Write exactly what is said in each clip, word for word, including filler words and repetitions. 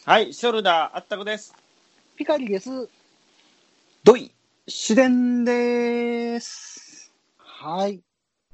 はい、ショルダーあったくです。 ピカリです。 ドイシデンです。 はい。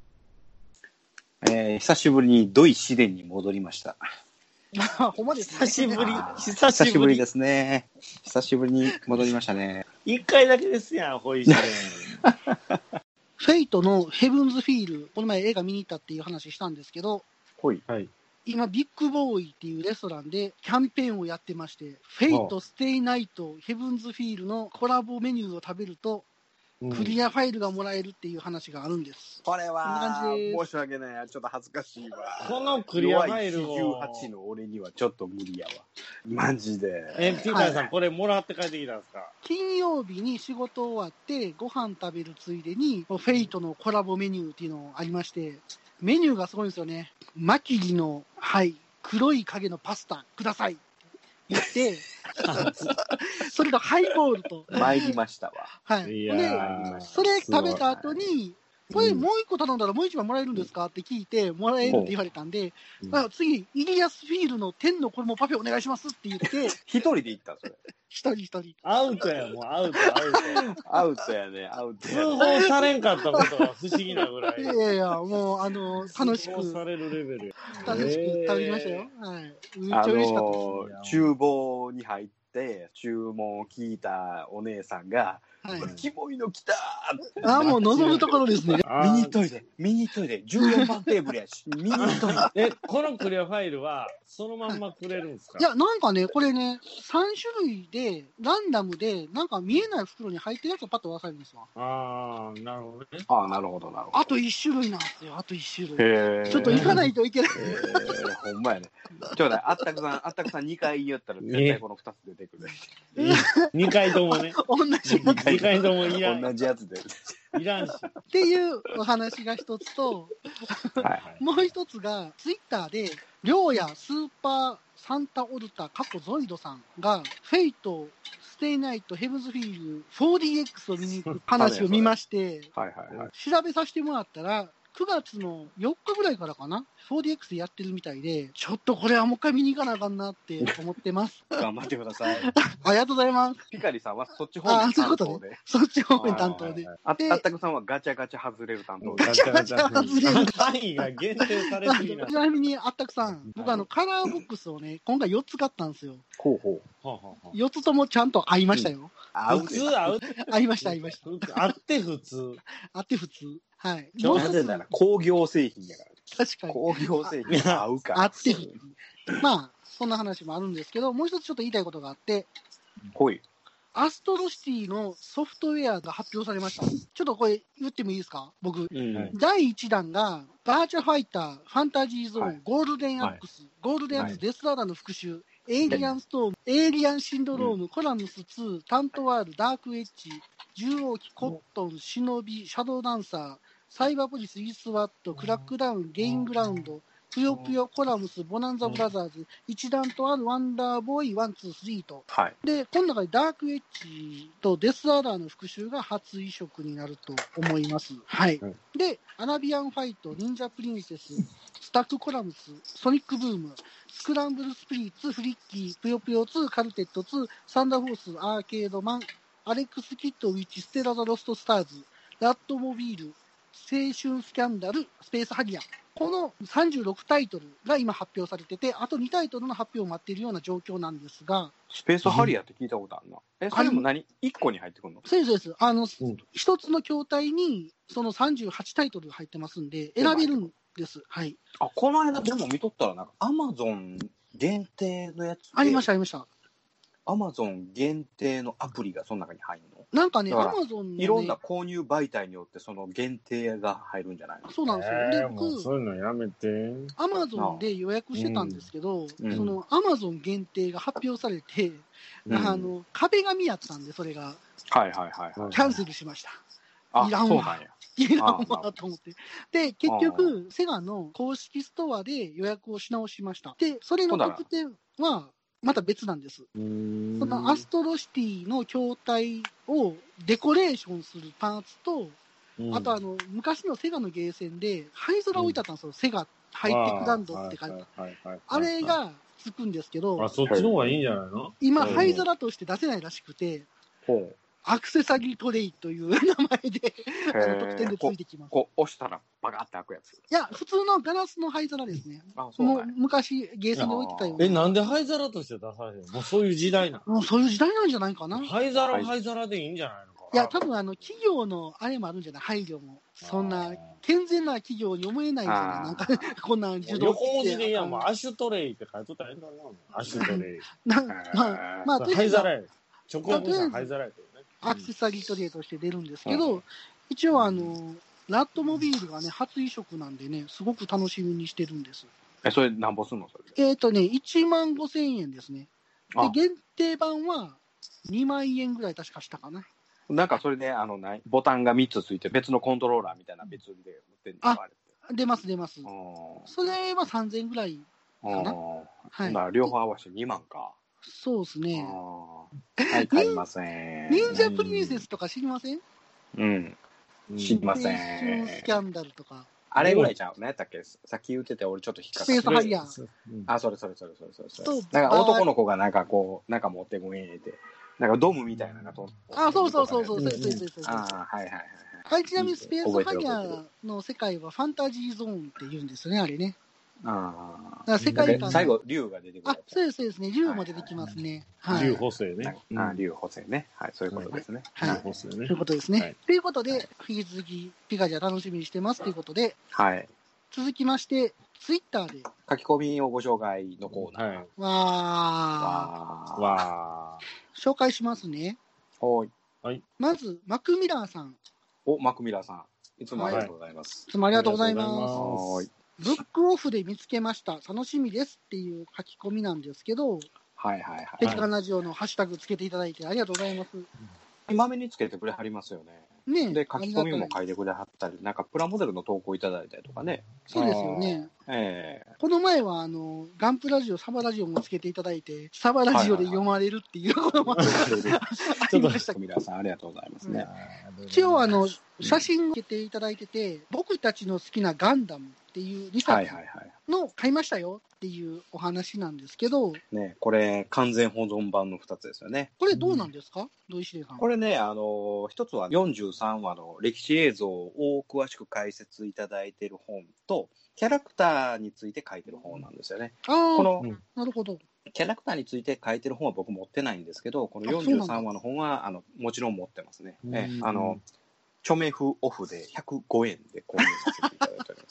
えー、久しぶりにドイシデンに戻りました。 ほんまですね。 久しぶり、 久しぶりですね。久しぶりに戻りましたね。 一回だけですやん、ホイシデン。 フェイトのヘブンズフィール、この前映画見に行ったっていう話したんですけど、 ほい。 はい。 今ビッグボーイっていうレストランでキャンペーンをやってまして、フェイトステイナイトヘブンズフィールのコラボメニューを食べると、クリアファイルがもらえるっていう話があるんです。 これはこんな感じです。 申し訳ない。ちょっと恥ずかしいわ。 このクリアファイルをじゅうはちの俺にはちょっと無理やわ。マジで。 え、ピーターさん、 はい、 これもらって帰ってきたんですか？ 金曜日に仕事終わってご飯食べるついでにフェイトのコラボメニューっていうのありまして、メニューがすごいんですよね。マキリの、はい、黒い影のパスタくださいって言ってそれとハイボールと参りましたわ。 はい。 いやで、それ食べた後に、これもう一個頼んだらもう一枚もらえるんですかって聞いて、もらえるって言われたんで、うん、あ次、イリアスフィールの天の衣パフェお願いしますって言って、 一人で行ったそれ。 一人一人。 アウトや、もうアウト、アウト。 アウトやね、アウトやね。 通報されんかったことが不思議なぐらい。 いやいや、もう、あの、楽しく。 通報されるレベル。 楽しく食べましたよ。はい。めっちゃ嬉しかったです。 あのー、厨房に入って、注文を聞いたお姉さんが、はい、キモいの来たーああ、もう望むところですね。 ミニトイレ、ミニトイレ、じゅうよんばんテーブルやし、ミニトイレ。 え、このクリアファイルは、そのまんまくれるんですか？ いや、なんかね、これね、さん種類で、ランダムで、なんか見えない袋に入ってるやつをパッと渡されるんですわ。 ああ、なるほどね。 ああ、なるほど、なるほど。 あといち種類なんですよ、あといち種類。 へちょっと行かないといけない。 へー、ほんまやね。ちょうだい、あったくさん、あったくさんにかい言ったら、絶対このふたつ出てくる。 にかいともね。 同じにかいともいらん。 同じやつで。 いらんし。 っていうお話が一つと、 はいはい、 もう一つが、ツイッターで、りょうやスーパーサンタオルタ過去ゾイドさんが、フェイト、ステイナイト、ヘブンズフィール フォーディーエックス を見に行く話を見まして、 はいはいはい、 調べさせてもらったら、くがつのよっかぐらいからかな フォーディーエックス でやってるみたいで、ちょっとこれはもう一回見に行かなあかんなって思ってます。 頑張ってください。 ありがとうございます。 ピカリさんはそっち方面担当で。 そっち方面担当で。 あ, あったくさんはガチャガチャ外れる担当で。 ガチャガチャ外れる。 範囲が限定されすぎな。 ちなみにあったくさん、僕あのカラーボックスをね、今回よっつ買ったんですよ。 ほうほう。よっつともちゃんと合いましたよ。 合う。 普通合う。 合いました、合いました。 あって普通。 あって普通。はい。 なぜなら工業製品やから。 確かに。 工業製品が合うから。 あって普通。まあ、そんな話もあるんですけど、もう一つちょっと言いたいことがあって。 ほい。 アストロシティのソフトウェアが発表されました。ちょっとこれ言ってもいいですか僕、うん、だいいちだんがバーチャファイター、ファンタジーゾーン、はい、ゴールデンアックス、はい、ゴールデンアックス、デスラーダの復讐、エイリアンストーム、エイリアンシンドローム、うん、コラムスツー、タントワール、ダークエッジ、獣王機、コットン、シノビ、シャドウダンサー、サイバーポリス、イースワット、クラックダウン、ゲイングラウンド、ぷよぷよ、コラムス、ボナンザブラザーズ、一段とあるワンダーボーイ、ワン、ツー、スリーと。はい、で、この中でダークエッジとデスアダーの復讐が初移植になると思います。はい。うん、で、アナビアンファイト、忍者プリンセス、スタックコラムス、ソニックブーム、スクランブルスピリッツ、フリッキー、ぷよぷよツー、カルテットツー、サンダーフォース、アーケードマン、アレックス・キッド、ウィッチ、ステラ・ザ・ロスト・スターズ、ラットモビール、青春スキャンダル、スペースハリアン。このさんじゅうろくタイトルが今発表されてて、あとにタイトルの発表を待っているような状況なんですが。 スペースハリアーって聞いたことあるな。え、それも何 ?いっ 個に入ってくるの？ そうです、そうです。あの、うん、一つの筐体にそのさんじゅうはちタイトルが入ってますんで、選べるんです。はい。 あ、この間でも見とったら、なんかアマゾン限定のやつ。 ありました、ありました。 アマゾン限定のアプリがその中に入るの？ なんかね、アマゾンの、ね、 いろんな購入媒体によってその限定が入るんじゃないの？ そうなんですよ。で、 えー、僕そういうのやめて。 アマゾンで予約してたんですけど、うん、そのアマゾン限定が発表されて、うん、あの壁紙やったんで、それが。 はいはいはい、はい。 キャンセルしました。 あ、 いらんわ。 そうなんや。 いらんわと思って。で、結局、セガの公式ストアで予約をし直しました。で、それの特典は、また別なんです。そのアストロシティの筐体をデコレーションするパーツと、うん、あとあの昔のセガのゲーセンで灰皿置いてあったんですよ、うん、セガハイテクランドって書いてあれがつくんですけど、 あ、そっちの方がいいんじゃないの？ 今、灰皿として出せないらしくて、アクセサリートレイという名前であの特典でついてきます。 こう押したらバカって開くやつ。 いや、普通のガラスの灰皿ですね。あ、そうもう昔、ゲーセンに置いてたような。 え、なんで灰皿として出されてるの？もうそういう時代なの？ もうそういう時代なんじゃないかな。 灰皿灰皿でいいんじゃないのか。 いや、多分あの企業のあれもあるんじゃない？配慮も。そんな健全な企業に思えないじゃない？なんかこんな受動横文字でいいやん。もうアッシュトレイって書いとったらいいんだろうな。アッシュトレイ。 なまあ、まあ、 灰皿や。直訳した灰皿やけどね。 アクセサリートレイとして出るんですけど、うん、一応あの、ラットモビールがね、初移植なんでね、すごく楽しみにしてるんです。 え、それ何ぼすんのそれえっ、ー、とね、いちまんごせんえんですね。で、限定版はにまんえんぐらい確かしたかな。 なんかそれで、あの、ないボタンがみっつついて、別のコントローラーみたいな別売りで売ってんのあ、出ます出ます。それはさんぜんえんぐらいかな。 はい。だから両方合わせてにまんか。 そうですね。 はい、買いません。 忍者プリンセスとか知りません？ うん。知りません。 スキャンダルとか。 あれぐらいちゃう。何やったっけ？さっき言ってて俺ちょっと引っかかった。 スペースハリアー。 あ、それそれそれそれそれそれ。なんか男の子がなんかこう、なんか持ってこいって。なんかドームみたいなのがと。 あ、そうそうそうそう。そうそうそうそう。 あ、はいはいはい。 はい、ちなみにスペースハリアーの世界はファンタジーゾーンって言うんですね、あれね。 ああ。世界観。 最後、竜が出てくる。 あ、そうです、そうですね。竜も出てきますね。 はい。竜補正ね。 あ、竜補正ね。はい、そういうことですね。 はい。 補正ね。 ということですね。ということで、フィギュア好き、ピカジャ楽しみにしてますということで、 はい。 続きまして、ツイッターで。 書き込みをご紹介のコーナー。 わー。 わー。紹介しますね。 はい。 はい。 まず、マクミラーさん。 お、マクミラーさん。いつもありがとうございます。 いつもありがとうございます。 はい。 ブックオフで見つけました。楽しみですっていう書き込みなんですけど、 はいはいはい。 ペリカンラジオのハッシュタグつけていただいてありがとうございます。 まめにつけてくれはりますよね。 ねで、書き込みも書いてくれはったり、なんかプラモデルの投稿いただいたりとかね。 そうですよね。 ええー。 この前は、あの、ガンプラジオ、サバラジオもつけていただいて、サバラジオで読まれるっていうこともありましたけど。 皆さんありがとうございますね。 一応、あの、写真をつけていただいてて、僕たちの好きなガンダムっていうにさつの買いましたよっていうお話なんですけど。 ね、これ完全保存版のふたつですよね。 これどうなんですか？土井司令さん。 これね、あの、一つはよんじゅうさんわの歴史映像を詳しく解説いただいている本と、キャラクターについて書いてる本なんですよね。 ああ、 この、 なるほど。 キャラクターについて書いてる本は僕持ってないんですけど、このよんじゅうさんわの本は、あの、もちろん持ってますね。え、あの、著名風オフでひゃくごえんで購入させていただいております。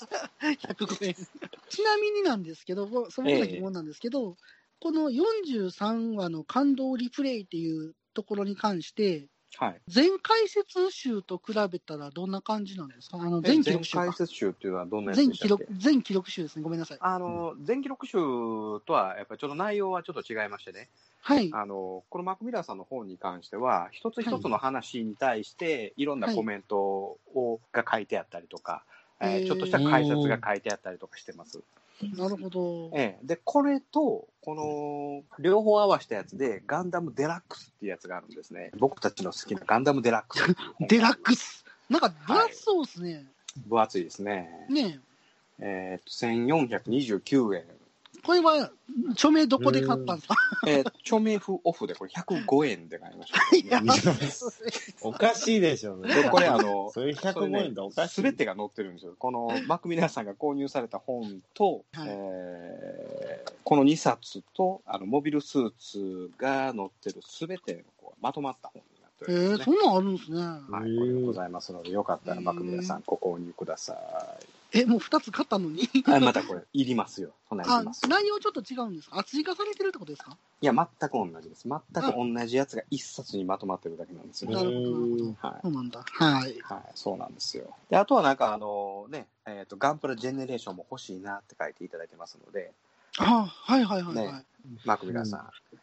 ひゃくごえん。ちなみになんですけど、その疑問なんですけど、えー、このよんじゅうさんわの感動リプレイっていうところに関して、 はい、 全解説集と比べたらどんな感じなんですか？あの全記録集か。 全解説集っていうのはどんなやつでしたっけ？ 全記録、全記録集ですね。ごめんなさい。 あの、全記録集とは、やっぱりちょっと内容はちょっと違いましてね。 はい。 あの、このマクミラーさんの本に関しては、一つ一つの話に対して、いろんなコメントを、が書いてあったりとか、はい、えー、ちょっとした解説が書いてあったりとかしてます。 なるほど。 ええ、で、これと、この、両方合わせたやつで、ガンダムデラックスっていうやつがあるんですね。僕たちの好きなガンダムデラックス。 デラックスなんか分厚そうですね、はい。 分厚いですね。 ねえ。えー、っと、せんよんひゃくにじゅうきゅうえん。 これは、著名どこで買ったんですか？ えー、著名風オフでこれひゃくごえんで買いました、ね。いや、 おかしいでしょうね。 で、これあの、 それひゃくごえんでおかしい。 すべてが載ってるんですよ。このマクミラーさんが購入された本と、はい、えー、このにさつと、あの、モビルスーツが載ってるすべてのこうまとまった本になっております、ね。 えー、そんなんあるんですね。 はい、これでございますので、よかったらマクミラーさんご購入ください。 え、もうふたつ買ったのにあ、またこれ、いりますよ。そんなんいります。 あ、内容ちょっと違うんですか？あ、追加されてるってことですか？ いや、全く同じです。全く同じやつが一冊にまとまってるだけなんですよ。 なるほど、なるほど。はい。そうなんだ。はい。 はい、そうなんですよ。で、あとはなんかあのね、えっ、ー、と、ガンプラジェネレーションも欲しいなって書いていただいてますので。 あ、はいはいはい、はい。 ね、マクミラーさん。うん、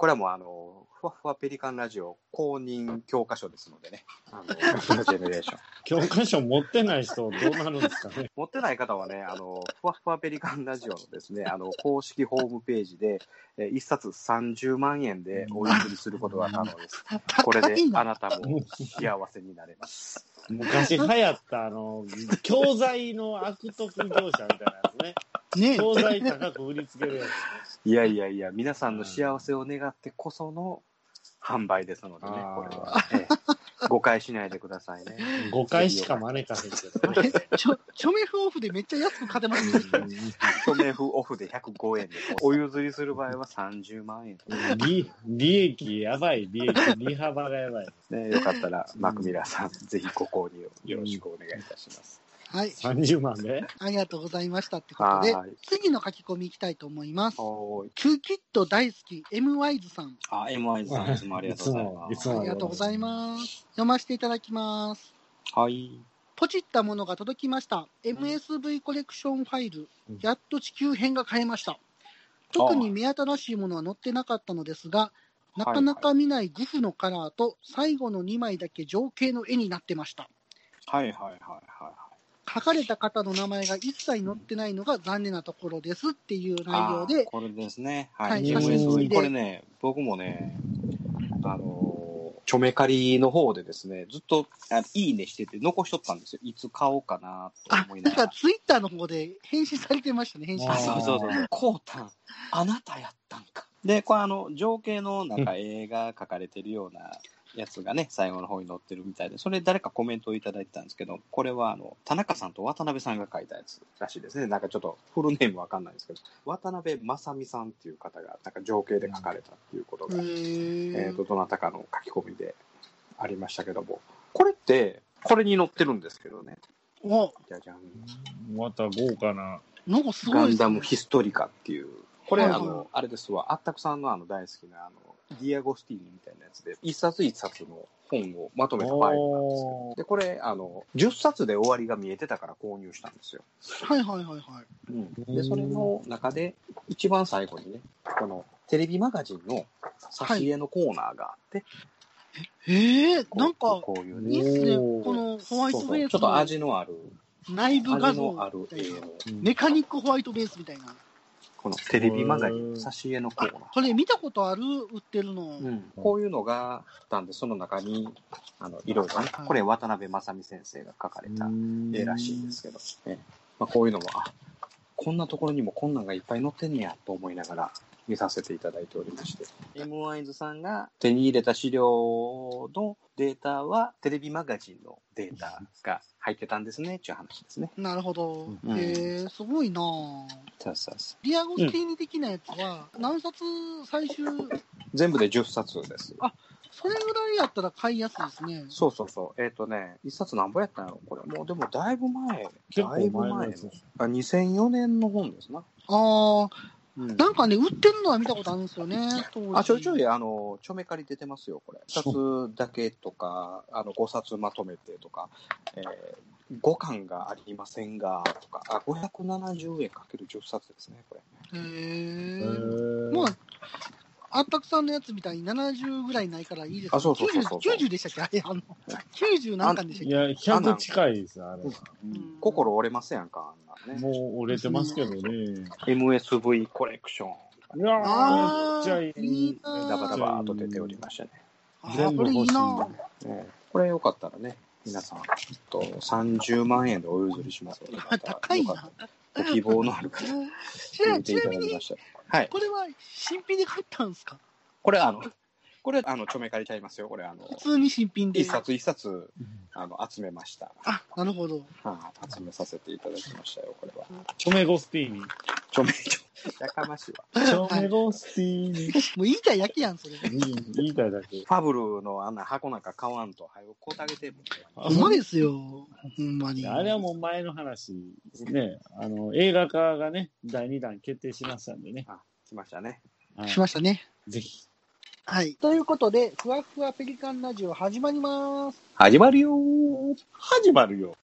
これはもうあの、ふわふわペリカンラジオ公認教科書ですのでね。あの、ジェネレーション。 教科書持ってない人どうなるんですかね。 持ってない方はね、あの、ふわふわペリカンラジオのですね、あの、公式ホームページで、え一冊さんじゅうまんえんでお譲りすることが可能です。これであなたも幸せになれます。 昔流行ったあの、教材の悪徳業者みたいなやつね。ね、教材高く売りつけるやつ、ね。 いやいやいや、皆さんの幸せを願ってこその販売ですのでね、これは、ええ。誤解しないでくださいね。 誤解しか招かへんけど、ね。 ちょ、チョメフオフでめっちゃ安く買ってますね。 チョメフオフでひゃくごえんで、お譲りする場合はさんじゅうまんえん。 利、利益やばい、利益、利幅がやばい。 ね、よかったら、マクミラーさん、ぜひご購入よろしくお願いいたします。 はい。 さんじゅうまんでありがとうございましたってことで、次の書き込みいきたいと思います。キューキット大好き、M ワイズさん。 あ、M ワイズさん、いつもありがとうございます。 ありがとうございます。読ませていただきます。 はい。 ポチったものが届きました。エムエスブイ コレクションファイル、やっと地球編が買えました。特に目新しいものは載ってなかったのですが、なかなか見ないグフのカラーと最後のにまいだけ情景の絵になってました。 はいはいはいはい。 書かれた方の名前が一切載ってないのが残念なところですっていう内容で。 これですね。はい。はい、これね、僕もね、あの、ちょめ借りの方でですね、ずっといいねしてて残しとったんですよ。いつ買おうかなと思いながら。 なんかツイッターの方で返信されてましたね、返信。 あ、そうそうそう。こうたん、あなたやったんか。で、これあの、情景のなんか絵が描かれてるような、やつがね、最後の方に載ってるみたいで、それ誰かコメントをいただいてたんですけど、これはあの、田中さんと渡辺さんが書いたやつらしいですね。なんかちょっとフルネームわかんないですけど、渡辺正美さんっていう方が、なんか情景で書かれたっていうことが、えっと、どなたかの書き込みでありましたけども、これって、これに載ってるんですけどね。 おじゃじゃん。 また豪華な。 なんかすごいですね。 ガンダムヒストリカっていう、これ、はいはい、あの、あれですわ、あったくさんのあの大好きなあの、ディアゴスティーニみたいなやつで、一冊一冊の本をまとめたファイルなんですよ。で、これ、あの、じゅっさつで終わりが見えてたから購入したんですよ。 はいはいはいはい。 うん。で、それの中で、一番最後にね、このテレビマガジンの挿絵のコーナーがあって、はい、 ええー、なんか、 こういうね、いいっすね。このホワイトベースの。そうそう、 ちょっと味のある。 内部画像のある絵の。 メカニックホワイトベースみたいな。 このテレビマガジン、挿絵のコーナー。 これ見たことある売ってるの。 うん。こういうのがあったんで、その中に、あの、いろいろね、はい、これ渡辺正美先生が描かれた絵らしいんですけど、ね、まあ、こういうのも、あ、こんなところにもこんなんがいっぱい載ってんねやと思いながら見させていただいておりまして。エムワイズさんが手に入れた資料のデータはテレビマガジンのデータが入ってたんですねっていう話ですね。 なるほど。うん、へえ、すごいなぁ。 そうそうそう。 ディアゴスティーニ的なやつは何冊最終、うん、 全部でじゅっさつです。 あ、それぐらいやったら買いやすいですね。 そうそうそう。えっ、ー、とね、一冊何ぼやったんやろこれ。もうでもだいぶ前。だいぶ前の。あ、にせんよねんの本ですな。ああ。うん、なんかね、売ってるのは見たことあるんですよね。 あ、ちょいちょい、あの、ちょめ借り出てますよ、これ。ふたつだけとか、あの、ごさつまとめてとか、えー、ごかんがありませんが、とか、あ、ごひゃくななじゅうえんかけるじゅっさつですね、これ。 へー。まあ、あったくさんのやつみたいにななじゅうぐらいないからいいですね。 あ、そうそうそうそう。 きゅうじゅうでしたっけあれ、あの、きゅうじゅう何巻でしたっけいや、ひゃく近いですあれは、 うん。心折れますやんか、あんなね。 もう折れてますけどね。 エムエスブイ コレクション。 いやー、めっちゃいい。 いいダバダバと出ておりましたね。 全部欲しい。 ね、これよかったらね、皆さん、とさんじゅうまんえんでお譲りしますので、 高いな。 ご希望のある方、見ていただきました。はい。 これは新品で買ったんですか？ これあの、これあの、ちょめ借りちゃいますよ、これあの。 普通に新品で。 一冊一冊、あの、集めました。 あ、なるほど。 はい、集めさせていただきましたよ、これは。 チョメゴスティーニ。 ちょめ、ちょ、やかましいわ。 チョメゴスティーニ。 もう言いたいだけやん、それ。 言いたいだけ。 ファブルのあんな箱なんか買わんと、はよ、こうたげても。 ほんまですよ。ほんまに。 あれはもう前の話ね。あの、映画化がね、だいにだん決定しましたんでね。 あ、来ましたね。 はい、しましたね。 ぜひ。 はい。ということで、ふわふわペリカンラジオ始まります。 始まるよー。 始まるよ。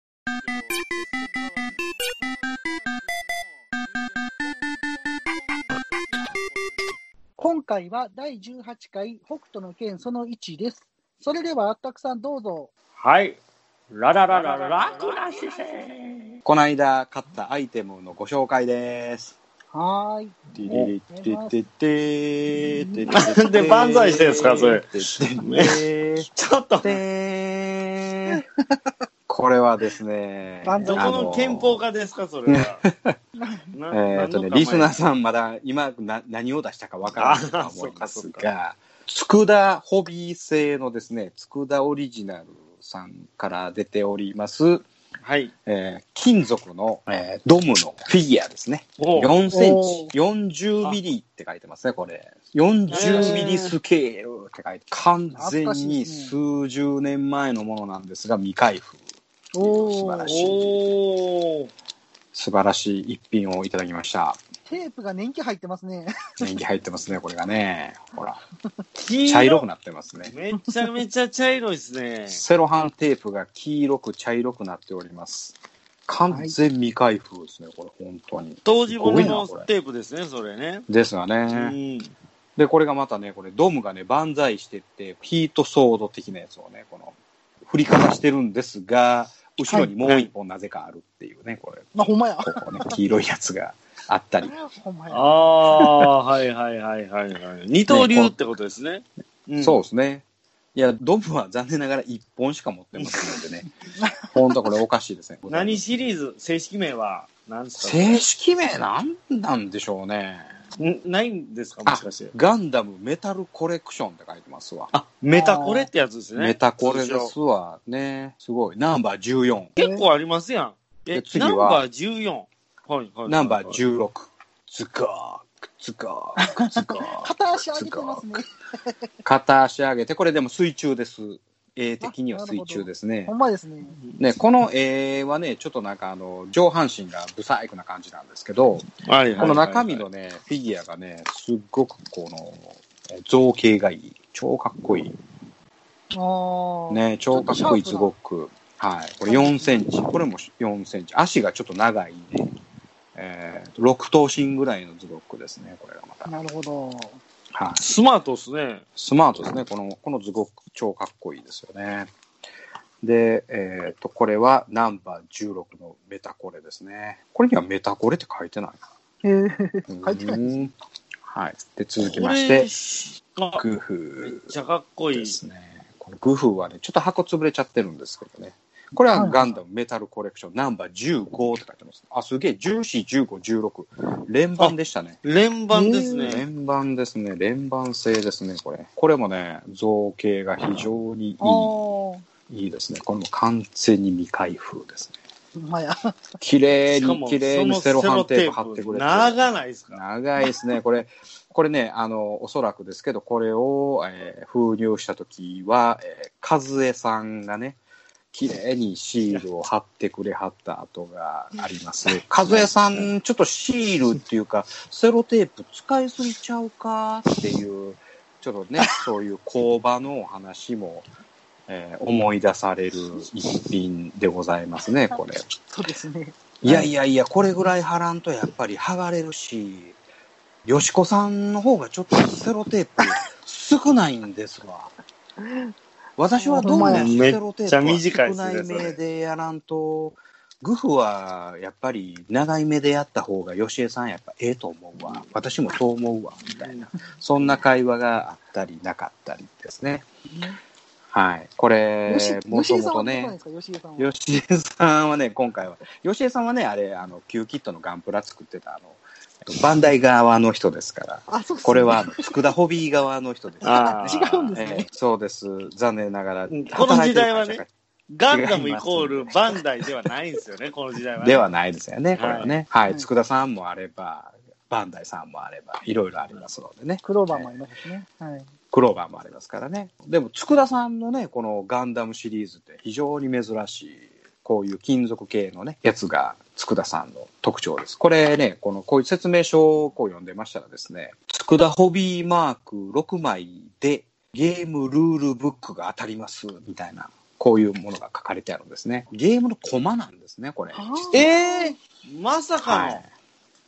こ今回はだいじゅうはちかい北斗の拳そのいちです。それではあったくさんどうぞ。 はい。ラララララ楽な姿勢。 この間買ったアイテムのご紹介です。 はーい。 ティリリテテテテテなんで万歳してんすかそれ。 ちょっと。これはですね、 どこの憲法家ですかそれは。 えっとね、リスナーさんまだ今な何を出したかわからないと思いますが、佃ホビー製のですね、佃オリジナルさんから出ております、 はい。 えー、金属の、えー、ドムのフィギュアですね。よんセンチ、よんじゅうミリって書いてますね、これ。よんじゅうミリスケールって書いて、完全に数十年前のものなんですが、未開封。素晴らしい。素晴らしい一品をいただきました。 テープが年季入ってますね。 年季入ってますね、これがね。ほら。茶色くなってますね。 めちゃめちゃ茶色いですね。 セロハンテープが黄色く茶色くなっております。完全未開封ですね、これ、本当に。 当時物のテープですね、それね。 ですがね。で、これがまたね、これ、ドムがね、万歳してって、ヒートソード的なやつをね、この、振りかざしてるんですが、後ろにもう一本なぜかあるっていうね、これ。 まあ、ほんまや。 ここね、黄色いやつがあったり。 ほんまや。 ああ、はいはいはいはいはい。二刀流ってことですね。 ね、そうですね。いや、ドムは残念ながら一本しか持ってますのでね。本当これおかしいですね。 何シリーズ、正式名は何ですか？ 正式名なんなんでしょうね。 んないんですかもしかして。 ガンダムメタルコレクションって書いてますわ。 あ、メタコレってやつですね。 メタコレですわ。ね。すごい。ナンバーじゅうよん。 結構ありますやん。え、次はナンバーじゅうよん。はいはい。 ナンバーじゅうろく。ズカーク、ズカーク、ズカーク。 片足上げてますね。 片足上げて、これでも水中です。絵的には水中ですね。 ほんまですね。 ね、この絵はね、ちょっとなんかあの、上半身がブサイクな感じなんですけど、はいはいはいはい、この中身のね、フィギュアがね、すっごくこの、造形がいい。超かっこいい。 あね、超かっこいい、すごく。はい。これよんセンチ。これもよんセンチ。足がちょっと長いね。えー、ろく頭身ぐらいのズロックですね、これがまた。 なるほど。 はい。スマートですね。 スマートですね。この、このズゴック超かっこいいですよね。で、えっと、これはナンバーじゅうろくのメタコレですね。これにはメタコレって書いてないな。へぇ、書いてないです。 はい。で、続きまして、グフめっちゃかっこいいですね。このグフはね、ちょっと箱潰れちゃってるんですけどね。これはガンダムメタルコレクション、はい、ナンバーじゅうごって書いてます。あ、すげえ、じゅうよん、じゅうご、じゅうろく。連番でしたね。 連番ですね。 連番ですね。連番製ですね、これ。これもね、造形が非常にいい。いいですね。これも完全に未開封ですね。 まや。 綺麗に、綺麗にセロハンテープ貼ってくれて。 長ないですか？ 長いですね。これ、これね、あの、おそらくですけど、これを、えー、封入したときは、えー、和江さんがね、綺麗にシールを貼ってくれはった跡があります。和江さん、ちょっとシールっていうか、セロテープ使いすぎちゃうかっていう、ちょっとね、そういう工場のお話も、えー、思い出される一品でございますね、これ。 そうですね。 いやいやいや、これぐらい貼らんとやっぱり剥がれるし、よしこさんの方がちょっとセロテープ少ないんですわ。私はどうもセロテープは少ない目でやらんと、グフはやっぱり長い目でやった方がよしえさんやっぱええと思うわ。私もそう思うわ。みたいな。そんな会話があったりなかったりですね。はい。これ、もともとね、よしえさんはね、今回は、よしえさんはね、あれ、あの、Q キットのガンプラ作ってた、あの、バンダイ側の人ですから、 あ、そうですね、 これは佃ホビー側の人です。 あ、違うんですね、 えー。そうです。残念ながら。 この時代はね、ガンダムイコールバンダイではないんですよね、この時代は、ね。 ではないですよね、これはね。はい。佃、はい、さんもあれば、バンダイさんもあれば、いろいろありますのでね。 クローバーもありますね。はい。 クローバーもありますからね。でも、佃さんのね、このガンダムシリーズって非常に珍しい、こういう金属系のね、やつが、佃さんの特徴です。これね、この、こういう説明書をこう読んでましたらですね、佃ホビーマークろくまいでゲームルールブックが当たります、みたいな、こういうものが書かれてあるんですね。ゲームのコマなんですね、これ。 ええー、まさかの。 はい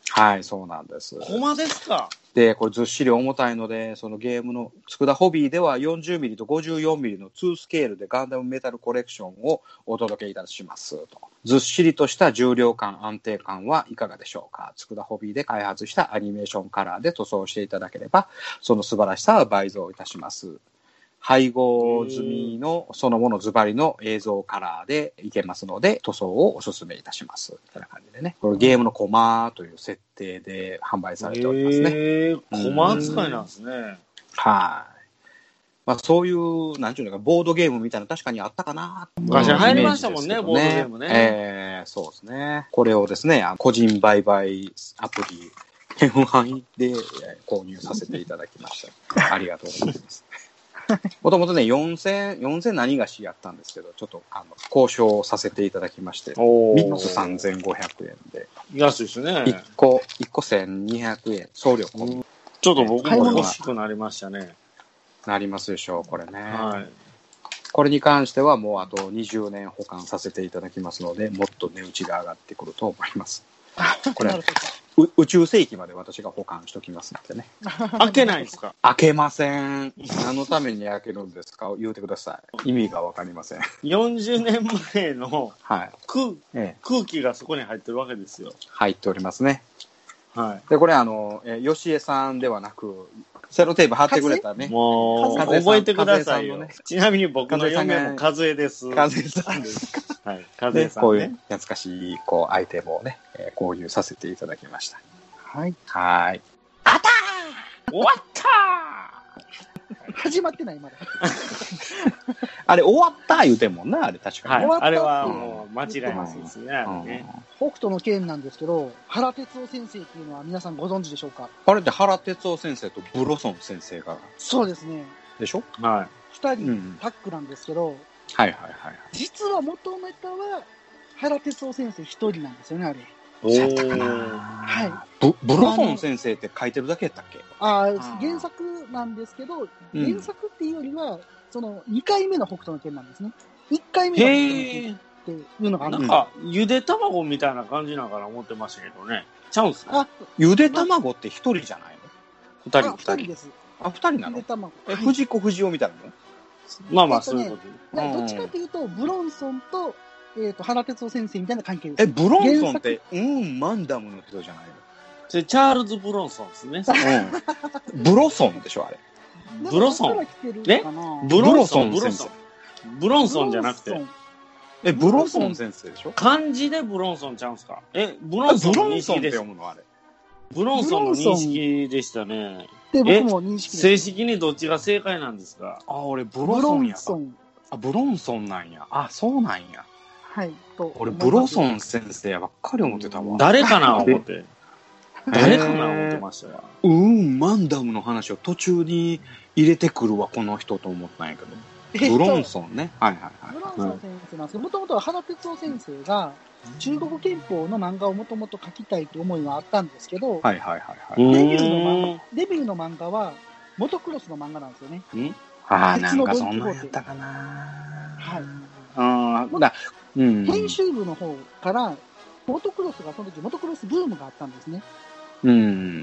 はい、そうなんです。 コマですか。 で、これずっしり重たいので、そのゲームの、佃ホビーでは よんじゅうミリ と ごじゅうよんミリ のにスケールでガンダムメタルコレクションをお届けいたしますと。ずっしりとした重量感、安定感はいかがでしょうか。佃ホビーで開発したアニメーションカラーで塗装していただければ、その素晴らしさは倍増いたします。配合済みのそのものズバリの映像カラーでいけますので、塗装をお勧めいたします。みたいな感じでね。これゲームのコマという設定で販売されておりますね。 へー、コマ扱いなんですね。はい。 まあそういう、なんていうのか、ボードゲームみたいなの確かにあったかな。 昔入りましたもんね、ボードゲームね。 えー、そうですね。これをですね、個人売買アプリ、ペンハイで購入させていただきました。ありがとうございます。もともとね、よんせん、よんせん何がしやったんですけど、ちょっと、あの、交渉させていただきまして、みっつさんぜんごひゃくえんで。 安いですね。 いっこ、いっこせんにひゃくえん、送料込み。 ちょっと僕も欲しくなりましたね。 なりますでしょう、これね。 はい。 これに関してはもうあとにじゅうねん保管させていただきますので、もっと値打ちが上がってくると思います。これ宇宙世紀まで私が保管しときますのでね。 開けないですか？ 開けません。何のために開けるんですか？言うてください。意味がわかりません。 よんじゅうねんまえの 空,、 はいええ、 空気がそこに入ってるわけですよ。 入っておりますね。 はい。 で、これあの、え、吉江さんではなく、セロテープ貼ってくれたね。 もう、覚えてくださいよ。ね、ちなみに僕の嫁も和江です。 和江さんですか。 はい。和江さんね。 こういう懐かしい、こう、アイテムをね、えー、購入させていただきました。 はい。 はい。 あったー終わったー始まってない、まだ。 あれ、終わった言うてんもんな、あれ、確かに。 はい、あれはもう、間違いますですね、あれね。 北斗の拳なんですけど、原哲夫先生っていうのは皆さんご存知でしょうか？ あれって原哲夫先生とブロソン先生が。 そうですね。 でしょ？ はい。 二人タッグなんですけど、うん、 はいはいはい。 実は元ネタは原哲夫先生一人なんですよね、あれ。 おー。はい。ブ、ブロソン先生って書いてるだけやったっけ？ああ、原作なんですけど、原作っていうよりは、うん、そのにかいめの北斗の拳なんですね。いっかいめの北斗の拳っていうのがあるんです。 なんか、ゆで卵みたいな感じなのかな思ってましたけどね。ちゃうんすか？ ゆで卵って一人じゃないの？ 二人。二人です。 あ、二人なの？ゆで卵。え、藤子不二雄みたいなの？ まあまあ、そういうこと。 どっちかというと、ブロンソンと、えっと、原哲夫先生みたいな関係です。 え、ブロンソンって、うん、マンダムの人じゃないの？ それ、チャールズ・ブロンソンですね。 うん。ブロソンでしょ、あれ。 ブロソン。えブロソン、ブロソン。ブロンソンじゃなくて。 え、ブロソン先生でしょ？ 漢字でブロンソンちゃうんすか？え、ブロンソンの認識で読むのあれ。ブロンソンの認識でしたね。 で、僕も認識です。 正式にどっちが正解なんですか？ あ、俺、ブロソンや。あ、ブロンソンなんや。あ、そうなんや。 はい。と俺、ブロソン先生ばっかり思ってたわ。 誰かな思って。誰かな思ってましたわ。 うん、マンダムの話を途中に入れてくるわ、この人と思ったんやけど。ブロンソンね。はいはいはい。 ブロンソン先生なんですけど、もともとは原哲夫先生が、中国憲法の漫画をもともと書きたいという思いはあったんですけど、 はいはいはいはい。 デビューの漫画、デビューの漫画は、モトクロスの漫画なんですよね。 んああ、なんかそんなんやったかな。 はい。 ああ、だ、 うん。編集部の方から、モトクロスがその時、モトクロスブームがあったんですね。 うん。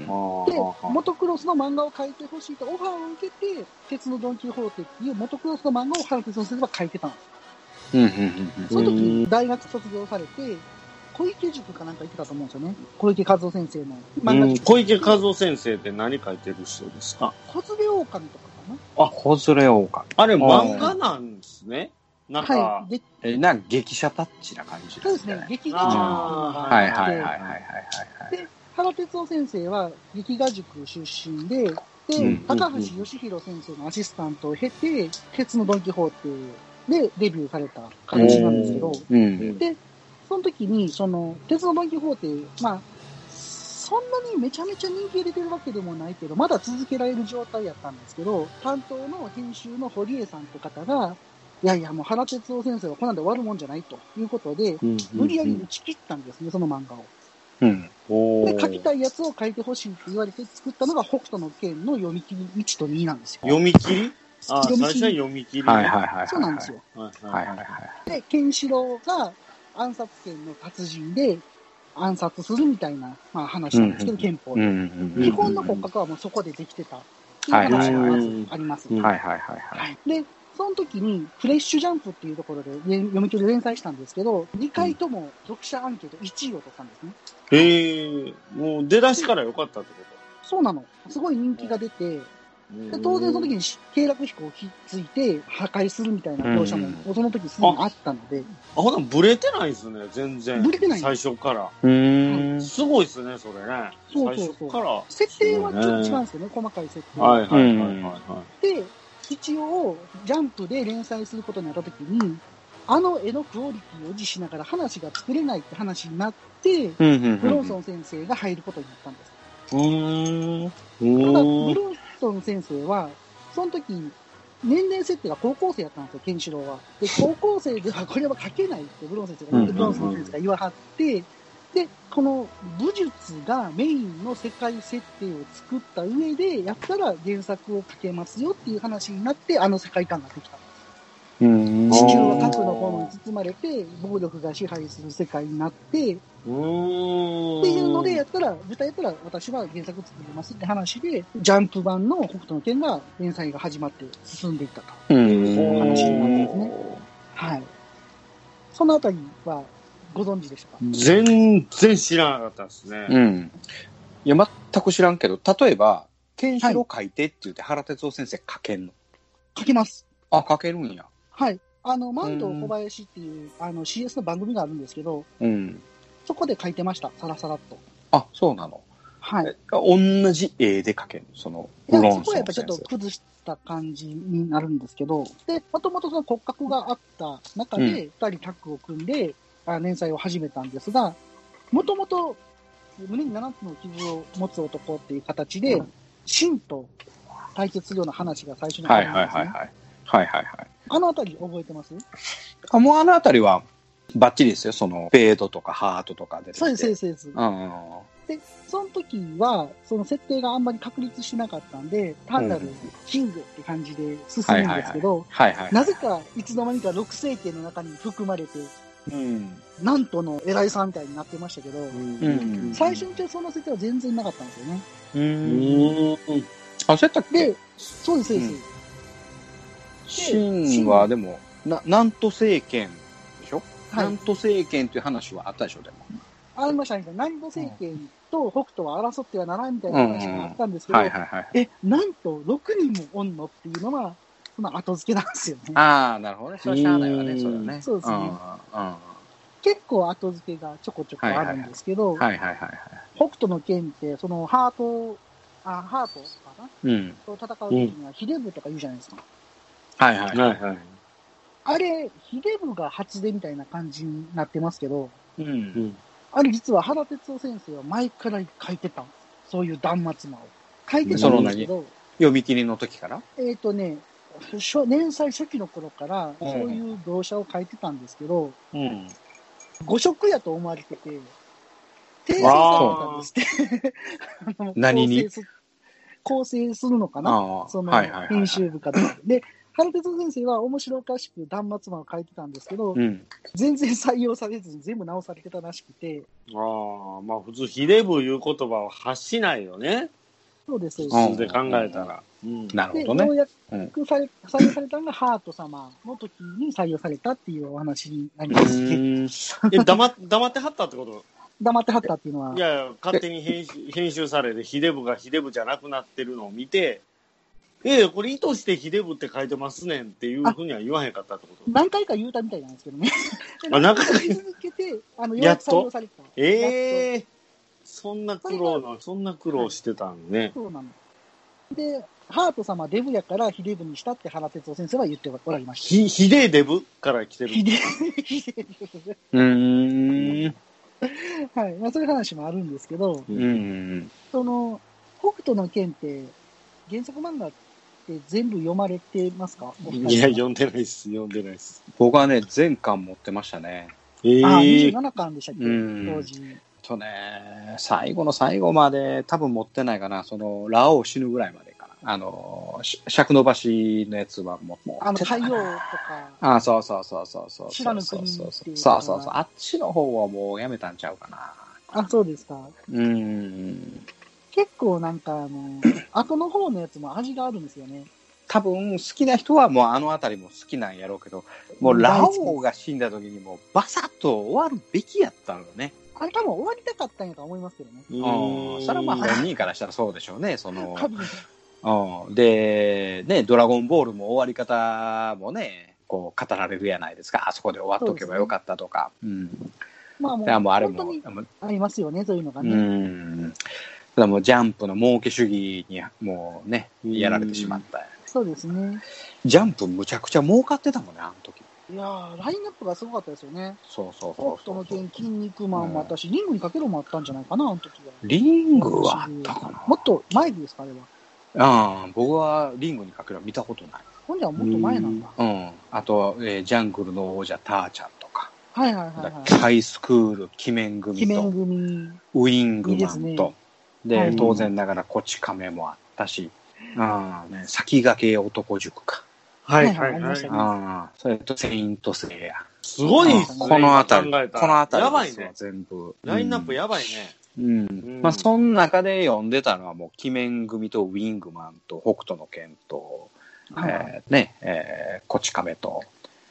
で、モトクロスの漫画を描いてほしいとオファーを受けて、鉄のドンキホーテっていうモトクロスの漫画を原哲夫先生は描いてたんですよ。 うんうんうんうん、 その時に大学卒業されて、小池塾かなんか行ってたと思うんですよね。小池和夫先生の漫画塾。小池和夫先生って何書いてる人ですか？ 子連れ狼とかかな。 あ、子連れ狼。 あれ漫画なんですね。なんか、 はい、 え、なんか劇者タッチな感じですね。 そうですね。劇画塾がはいはいはいはいはいはい。 で、原哲夫先生は劇画塾出身で、で、うん、高橋義弘先生のアシスタントを経て、鉄のドンキホーテでデビューされた形なんですけど、うん、で、その時に、その、鉄のドンキホーテ、まあ、そんなにめちゃめちゃ人気出てるわけでもないけど、まだ続けられる状態やったんですけど、担当の編集の堀江さんって方が、いやいや、もう原哲夫先生はこんなんで終わるもんじゃないということで、うんうんうん、無理やり打ち切ったんですね、その漫画を。うん、で、書きたいやつを書いてほしいって言われて作ったのが北斗の拳の読み切りいちとになんですよ。 読み切りああ、最初は読み切り。 はいはいはい。 そうなんですよ。 はいはいはい。 で、ケンシロウが暗殺拳の達人で、 暗殺するみたいな、まあ、話なんですけど、憲法で。日本の骨格はもうそこでできてたっていう話がまずあります。 はいはいはいはい。 で、その時にフレッシュジャンプっていうところで読み切り連載したんですけど、にかいとも読者アンケートいちいを取ったんですね。 へえ、もう出だしから良かったってこと？ そうなの。すごい人気が出て、で当然その時に経絡飛行をひっついて破壊するみたいな描写も、うん、その時すでにあったので。 あ、ほな、ブレてないですね、全然。 ブレてない。 最初から。 うん。 すごいですね、それね。 そうそうそう。 から。 設定はちょっと違うんですよね、細かい設定は。はいはいはいはい、はい。 で、一応、ジャンプで連載することになった時に、あの絵のクオリティを維持しながら話が作れないって話になって、ブロンソン先生が入ることになったんです。 うーん。 ただ、ブロンソン先生は、その時、年齢設定が高校生やったんですよ、ケンシロウは。で、高校生ではこれは書けないってブロン先生が、ブロンソン先生が言わはって、で、この武術がメインの世界設定を作った上で、やったら原作を書けますよっていう話になって、あの世界観ができたんです。地球は核の炎に包まれて、暴力が支配する世界になって、っていうのでやったら、舞台やったら私は原作作りますって話で、ジャンプ版の北斗の拳が連載が始まって進んでいったという話になってますね。はい。そのあたりはご存知でしたか？ 全然知らなかったですね。 うん。いや、全く知らんけど、例えば、ケンシロウ書いてって言って原哲夫先生書けんの？ 書けます。 あ、書けるんや。 はい。あの、万藤小林っていう、あの シーエス の番組があるんですけど、 うん。 そこで書いてました、さらさらっと。 あ、そうなの。 はい。 同じ絵で描けるの、その、 ブロンソン先生。そこはやっぱちょっと崩した感じになるんですけど、で、もともとその骨格があった中で、二人タッグを組んで、うん、連載を始めたんですが、もともと、胸にななつの傷を持つ男っていう形で、真と対決するような話が最初にあるんですね。はいはいはいはい。はいはいはい。あのあたり覚えてます？ あ、もうあのあたりは、バッチリですよ。その、フェードとかハートとかで。 そうです、そうです、そうです。 うん。 で、その時は、その設定があんまり確立しなかったんで、単なるキングって感じで進むんですけど、なぜかいつの間にか六星系の中に含まれて、うん、なんとの偉いさんみたいになってましたけど、うん、最初にその設定は全然なかったんですよね。 うん。あ、そうやったっけ？ で、そうです、そうです。 シンはでも、な、なんと政権でしょ？はい、南都政権という話はあったでしょ、でも。 ありましたね。南都政権と北斗は争ってはならんみたいな話があったんですけど、え、なんとろくにんもおんのっていうのは、その後付けなんですよね。 ああ、なるほどね。それはしゃあないわね、それはね。 そうですね。結構後付けがちょこちょこあるんですけど、 はいはいはい。 北斗の拳って、そのハート、あ、ハートかな、うん、と戦う時には、ヒデブとか言うじゃないですか。 はいはいはいはい。 あれ、ヒデブが初出みたいな感じになってますけど、 うんうん、 あれ実は原哲夫先生は前から書いてたんです。そういう断末魔を。書いてたんですけど。 読み切りの時からえっ、ー、とね、連載初期の頃からそういう描写を書いてたんですけど、うん、誤植やと思われてて、訂正されたんですって。 何に構成するのかな、その編集部かとかで。原哲夫先生は面白おかしく断末魔を書いてたんですけど、うん、全然採用されずに全部直されてたらしくて。 ああ、まあ普通、ヒデブいう言葉を発しないよね。 そうです、 そうです。普通で考えたら。 うん、なるほどね。 で、ようやくされ、採用されたのがハート様の時に採用されたっていうお話になりますね。 え、黙、黙ってはったってこと？ 黙ってはったっていうのは。 いやいや、勝手に編集、編集されて、ヒデブがヒデブじゃなくなってるのを見て、ええ、これ意図してヒデブって書いてますねんっていうふうには言わへんかったってこと？ 何回か言うたみたいなんですけどね。 あ、何回か言い続けて、あの、ようやく採用された。 ええー、そんな苦労の、そんな苦労してたんね。はい、 そうなの。で、ハート様デブやからヒデブにしたって原哲夫先生は言っておられました。 ひ、ヒデデブから来てる。 ヒデ、ヒデデブ。 うーん。 はい。まあそういう話もあるんですけど、 うん。 その、北斗の拳って原作漫画って全部読まれてますか？ いや、読んでないです。読んでないです。 僕はね、全巻持ってましたね。 えー、あ、にじゅうななかんでしたっけ、当時。 とね、最後の最後まで多分持ってないかな。その、ラオウ死ぬぐらいまでかな。あの、尺延ばしのやつはもう、 あの、海洋とか。 あ、そうそうそうそうそう。 知らぬ国っていう。 そうそうそう。あっちの方はもうやめたんちゃうかな。 あ、そうですか。 うん。 結構なんか、あの、後の方のやつも味があるんですよね。 多分、好きな人はもうあのあたりも好きなんやろうけど、もうラオウが死んだ時にもうバサッと終わるべきやったのね。 あれ多分終わりたかったんやと思いますけどね。 うん。それはまあ本人からしたらそうでしょうね、その。 多分。 うん。で、ね、ドラゴンボールも終わり方もね、こう語られるやないですか。あそこで終わっとけばよかったとか。うね、うん。 まあもう、 もうあれも本当にありますよね、そういうのがね。 うん。だもうジャンプの儲け主義にもうね、やられてしまった、ね。 そうですね。 ジャンプむちゃくちゃ儲かってたもんね、あの時。 いやー、ラインナップがすごかったですよね。 そうそうそうそう。 北斗の拳、筋肉マンもあったし、うん、リングにかけるもあったんじゃないかな、あの時は。 リングはあったかな。 もっと前ですか、あれは。 ああ、僕はリングにかけるは見たことない。 ほんじゃもっと前なんだ。 うん。うん、あと、えー、ジャングルの王者ターちゃんとか。 はいはいはい、はい。 ハイスクール、鬼面組と。 鬼面組。 ウイングマンと。で、ね、 はい、 当然ながらこち亀もあったし。ああ、ね、先駆け男塾か。 はいはいはい。 はい、 ああ、それとセイントセイヤ。 すごいっすね。 このあたり、このあたり。 やばいね。 全部。 ラインナップやばいね。 うん。うん、まあ、その中で読んでたのはもう、鬼面組とウィングマンと北斗の拳と、はい、えー、ね、えー、こち亀と、はい、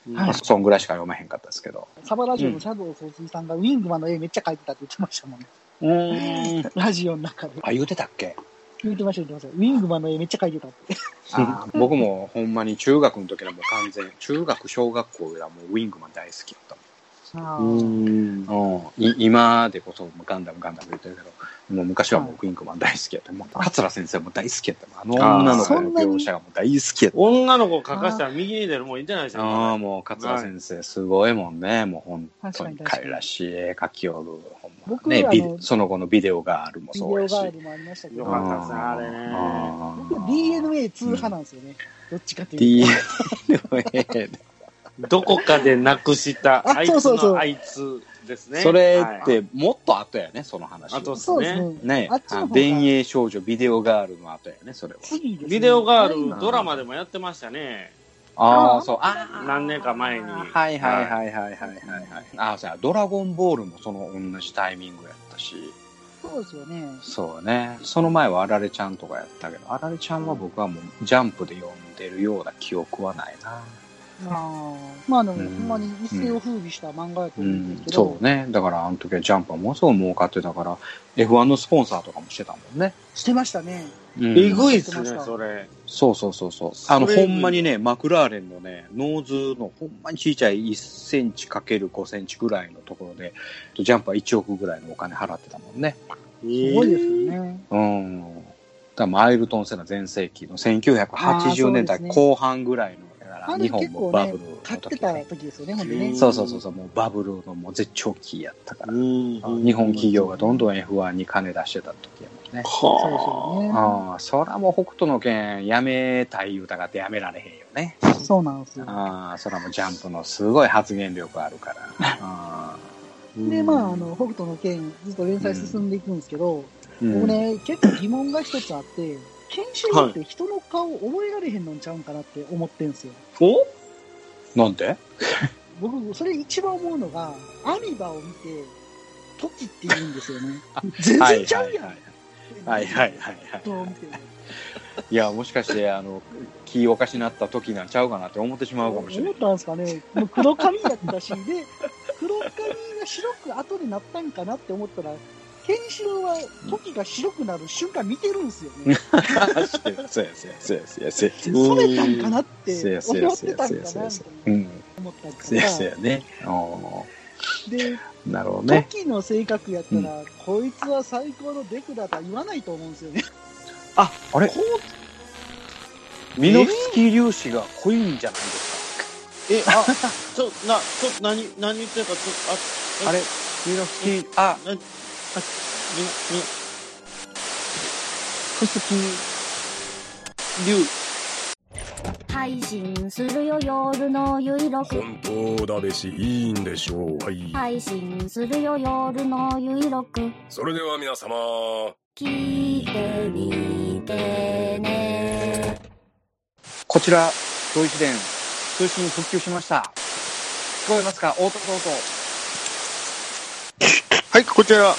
まあ、そんぐらいしか読めへんかったですけど。 サバラジオのシャドウ総帥さんがウィングマンの絵めっちゃ描いてたって言ってましたもんね。 うーん。 ラジオの中で。 あ、言うてたっけ？ 言ってました言ってました。ウィングマンの絵めっちゃ描いてたって。 あ僕もほんまに中学の時はもう完全、中学、小学校ではもうウィングマン大好きだったもん。 あうん今でこそガンダムガンダム言ってるけど、もう昔はもうウィングマン大好きやった。もう桂先生も大好きやった。あの女の子の描写がもう大好きやった。 女の子を描かしたら右に出るもんいてないですよ。 ああ、もう桂先生すごいもんね。もう本当に可愛らしい絵描きおる。ほんま僕ね、その後のビデオガールもそうやし。 ビデオガールもありましたけど。 よかったですね、あれね。 僕 ディーエヌエーツー 派なんですよね。うん、どっちかっていうと。ディーエヌエーどこかでなくしたあいつのあいつですね。 それってもっと後やね、その話。 あとですね。 ね。電影少女ビデオガールの後やね、それは。 ビデオガールドラマでもやってましたね。 ああ、そう。あ何年か前に。 はいはいはいはいはいはい。ああ、そうや、ドラゴンボールもその同じタイミングやったし。 そうですよね。 そうね。その前はあられちゃんとかやったけど、あられちゃんは僕はもうジャンプで読んでるような記憶はないな。 あまあでも、うん、ほんまに一世を風靡した漫画やと思うんですけど、 うんうん、そうね。だからあの時はジャンプはものすごい儲かってたから、エフワン のスポンサーとかもしてたもんね。 してましたね。 えぐいっすね、それ。 そうそうそうそう。あの、ほんまにね、マクラーレンのね、ノーズのほんまに小さいいっセンチかけるごセンチぐらいのところで、ジャンプはいちおくぐらいのお金払ってたもんね。 すごいですよね。 うん。だからアイルトン・セナ全盛期のせんきゅうひゃくはちじゅうねんだいこう半ぐらいの、日本もバブルの時、ね、 買ってた時ですよね、ほんでね。 そうそうそうそう、もうバブルのもう絶頂期やったから、日本企業がどんどん エフワン に金出してた時やもんね。 そうですよね。 ああ、そらもう北斗の拳やめたい歌がってやめられへんよね。 そうなんですよ。 ああ、そらもうジャンプのすごい発言力あるから。あで、まあ、あの、北斗の拳ずっと連載進んでいくんですけど、うん、僕ね、結構疑問が一つあって、ケンシロウって人の顔覚えられへんのんちゃうんかなって思ってんすよ。 おなんで僕、それ一番思うのが、アミバを見て、トキって言うんですよね。全然ちゃうやん。 はいはいはいはい。いや、もしかして、あの、気おかしなった時なんちゃうかなって思ってしまうかもしれない。 思ったんですかね。もう黒髪やったし、で、黒髪が白く後になったんかなって思ったら、ケンシロウは時が白くなる瞬間見てるんですよね。 そうやそうやそうやそうやそうや。 それたんかなって思ってたんかなみたいな思ったりとか。 そうやそうやね。 で、 なるほどね。 時の性格やったら、うん、こいつは最高のデクだとは言わないと思うんですよね。 あ、あれこう、ミノフスキー粒子が濃いんじゃないですか。え、あ、ちょ、な、ちょ、何、何言ってるか、ちょ、 あ、あれ、ミノフスキー、あ、 あ、み、み、 フスキー、 竜。配信するよ夜のゆいろく。 本当だべしいいんでしょう。はい。 配信するよ夜のゆいろく。 それでは皆様聞いてみてね。 こちらドイツ電通信復旧しました。聞こえますか？オートオート。 はい、こちら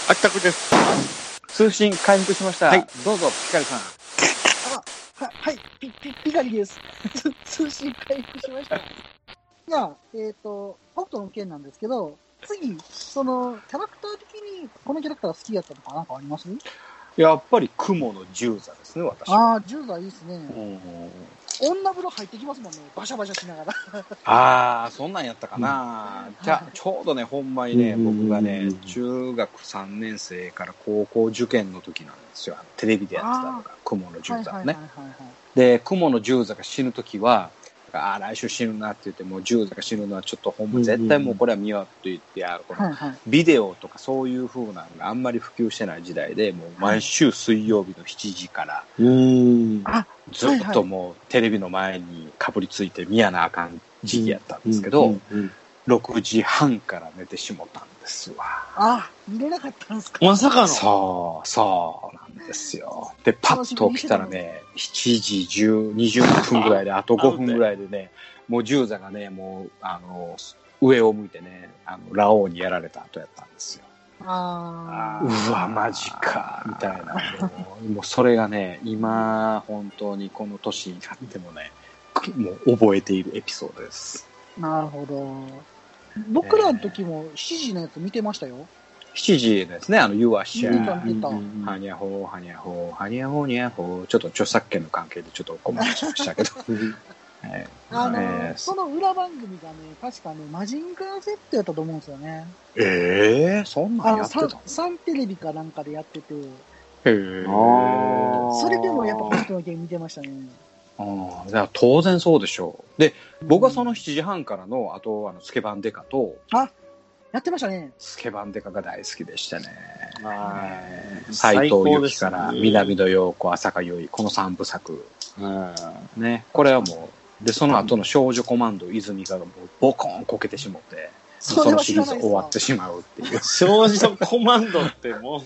あったくです。 通信回復しました。はい。どうぞ、ピカリさん。 あ、は、はい、ピ、ピ、ピカリです。通信回復しました。じゃあ、えっ、ー、と、北斗の件なんですけど、次、その、キャラクター的に、このキャラクターが好きやったとかなんかあります？ やっぱり雲の十座ですね、私は。 ああ、十座いいですね。女風呂入ってきますもんね、バシャバシャしながら。 ああ、そんなんやったかな。うん、じゃあ、ちょうどね、ほんまにね、僕がね、中学さんねん生から高校受験の時なんですよ。テレビでやってたのが、雲の十座ね。で、雲の十座が死ぬ時は、ああ、来週死ぬなって言って、もう十座が死ぬのはちょっとほんま、絶対もうこれは見ようと言って、あこのビデオとかそういう風なのがあんまり普及してない時代で、もう毎週水曜日のしちじから、ずっともうテレビの前にかぶりついて見やなあかん時期やったんですけど、ろくじはんから寝てしもたんですわ。 あ、見れなかったんですか？ まさかの。 そう、そうなんですよ。で、パッと起きたらね、しちじじゅう、にじゅっぷんぐらいで、あとごふんぐらいでね、もう十座がね、もう、あの、上を向いてね、あの、ラオウにやられた後やったんですよ。 ああ。 うわ、マジか、みたいな。もう、もうそれがね、今、本当にこの年になってもね、もう覚えているエピソードです。 なるほど。僕らの時もしちじのやつ見てましたよ。 しちじですね、あの、You are Share。 見た見た。 はにゃほー、はにゃほー、はにゃほーにゃほー。ちょっと著作権の関係でちょっと困っちゃいましたけど。 えー、あの、えー、その裏番組がね、確かね、マジンガー Z やったと思うんですよね。 ええー、そんなんやってたの？ サンテレビかなんかでやってて。へえー。 それでもやっぱ北斗の拳見てましたね。 ああ、だから当然そうでしょう。で、僕はそのしちじはんからの、あと、あの、スケバンデカと、 あ、やってましたね。 スケバンデカが大好きでしたね。斎藤由貴から南野陽子、浅香唯、この三部作。ね、これはもう、で、その後の少女コマンド泉がもうボコーンこけてしもって、そのシリーズ終わってしまうっていう。 少女コマンドってもう、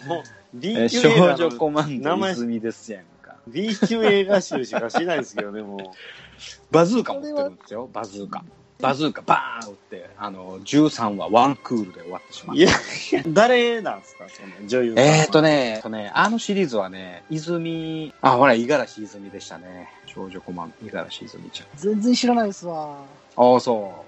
B 級映画少女コマンド泉ですやん。 B 級映画集しかしないですけどね、もう。 バズーカ持ってるんですよ、バズーカ。バズーカバーン打って、あの、じゅうさんわワンクールで終わってしまった。 いやいや、誰なんですか、その女優さん。 えーとね、とね、あのシリーズはね、泉、あ、ほら、五十嵐泉でしたね。少女コマンド、五十嵐泉ちゃん。 全然知らないですわ。 ああ、そう。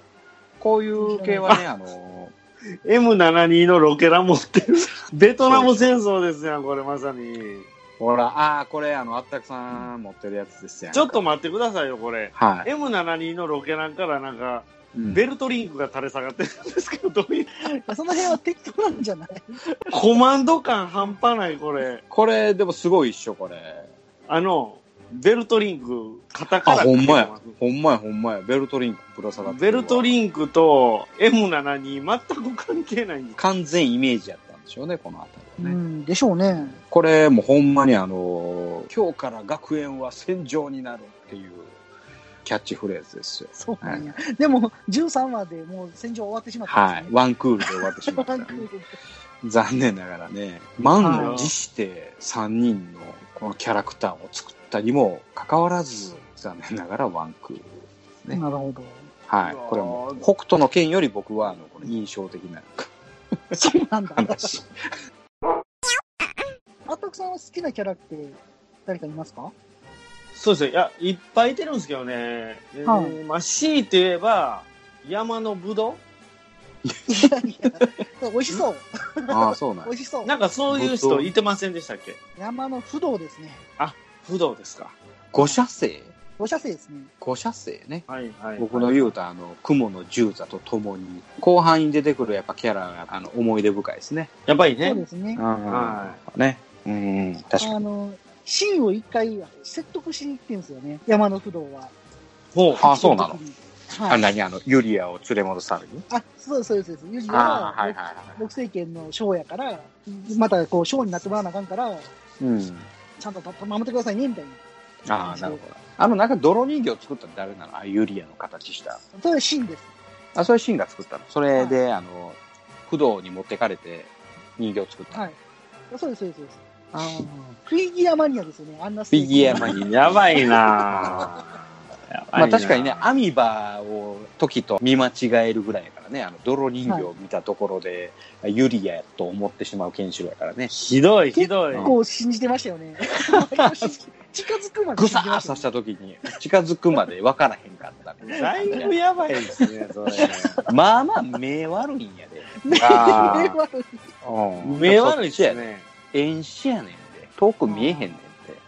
こういう系はね、あの、 エムななじゅうに のロケラン持ってる。ベトナム戦争ですやん、これまさに。 ほら、ああ、これ、あの、あったくさん持ってるやつですよ。 ちょっと待ってくださいよ、これ。 はい。 エムななじゅうに のロケランからなんか、うん、ベルトリンクが垂れ下がってるんですけど、どういう。 その辺は適当なんじゃない？ コマンド感半端ない、これ。 これ、でもすごい一緒、これ。 あの、ベルトリンク、肩から。 あ、ほんまや。ほんまや、ほんまや。ベルトリンクぶら下がってる。 ベルトリンクと エムななじゅうに 全く関係ないんです。 完全イメージやったんでしょうね、このあたり。ね、 うん、でしょうね。 これもうほんまにあの、今日から学園は戦場になるっていうキャッチフレーズですよ。 そうなんや。はい、でも、じゅうさんわでもう戦場終わってしまったんですね。 はい。ワンクールで終わってしまった、ね。残念ながらね、満を持してさんにんのこのキャラクターを作ったにもかかわらず、残念ながらワンクールですね。 なるほど。 はい。これも、北斗の拳より僕はあのこの印象的なそうなんだ。 話。 あったくさんは好きなキャラって誰かいますか？ そうですね。いや、いっぱいいてるんですけどね。はい、えー、まあ、強いて言えば、山のぶどういやいや、美味しそう。 ああ、そうなん。 美味しそう。 なんかそういう人いてませんでしたっけ？ 山の不動ですね。 あ、不動ですか。 五車星五車星ですね。 五車星ね。 はいはい。 僕の言うと、あの、雲の十座とともに、後半に出てくるやっぱキャラが、あの、思い出深いですね。 やっぱりね。 そうですね。 はい。ね。うん、確かに。 あの、シンを一回説得しに行ってるんですよね。山の不動は。 ほう。あ、そうなの。 はい、 あ、何あの、ユリアを連れ戻される？ あ、そうです、そうです。ユリアは、はいはいはい、六星剣の将やから、またこう、将になってもらわなあかんから、うん。ちゃんと守ってくださいね、みたいな。ああ、なるほど。あの、なんか泥人形作ったの誰なの？あ、ユリアの形した。 それはシンです。 あ、それシンが作ったの。それで、はい、あの、不動に持ってかれて、人形作ったの。はい。 そうです、そうです、そうです。あフィギュアマニアですよね、あんなフィギュアマニア。 やばいなぁ。 まあ確かにね、アミバを時と見間違えるぐらいやからね、あの泥人形を見たところで、はい、ユリアと思ってしまうケンシロウやからね。 ひどいひどい。 結構信じてましたよね。近づくまでぐさー刺した時に近づくまで分からへんかったね。 だいぶやばいですね、それ。 まあまあ目悪いんやで。 目悪い。 目悪いっすね。 遠視やねんで。遠く見えへんねんって。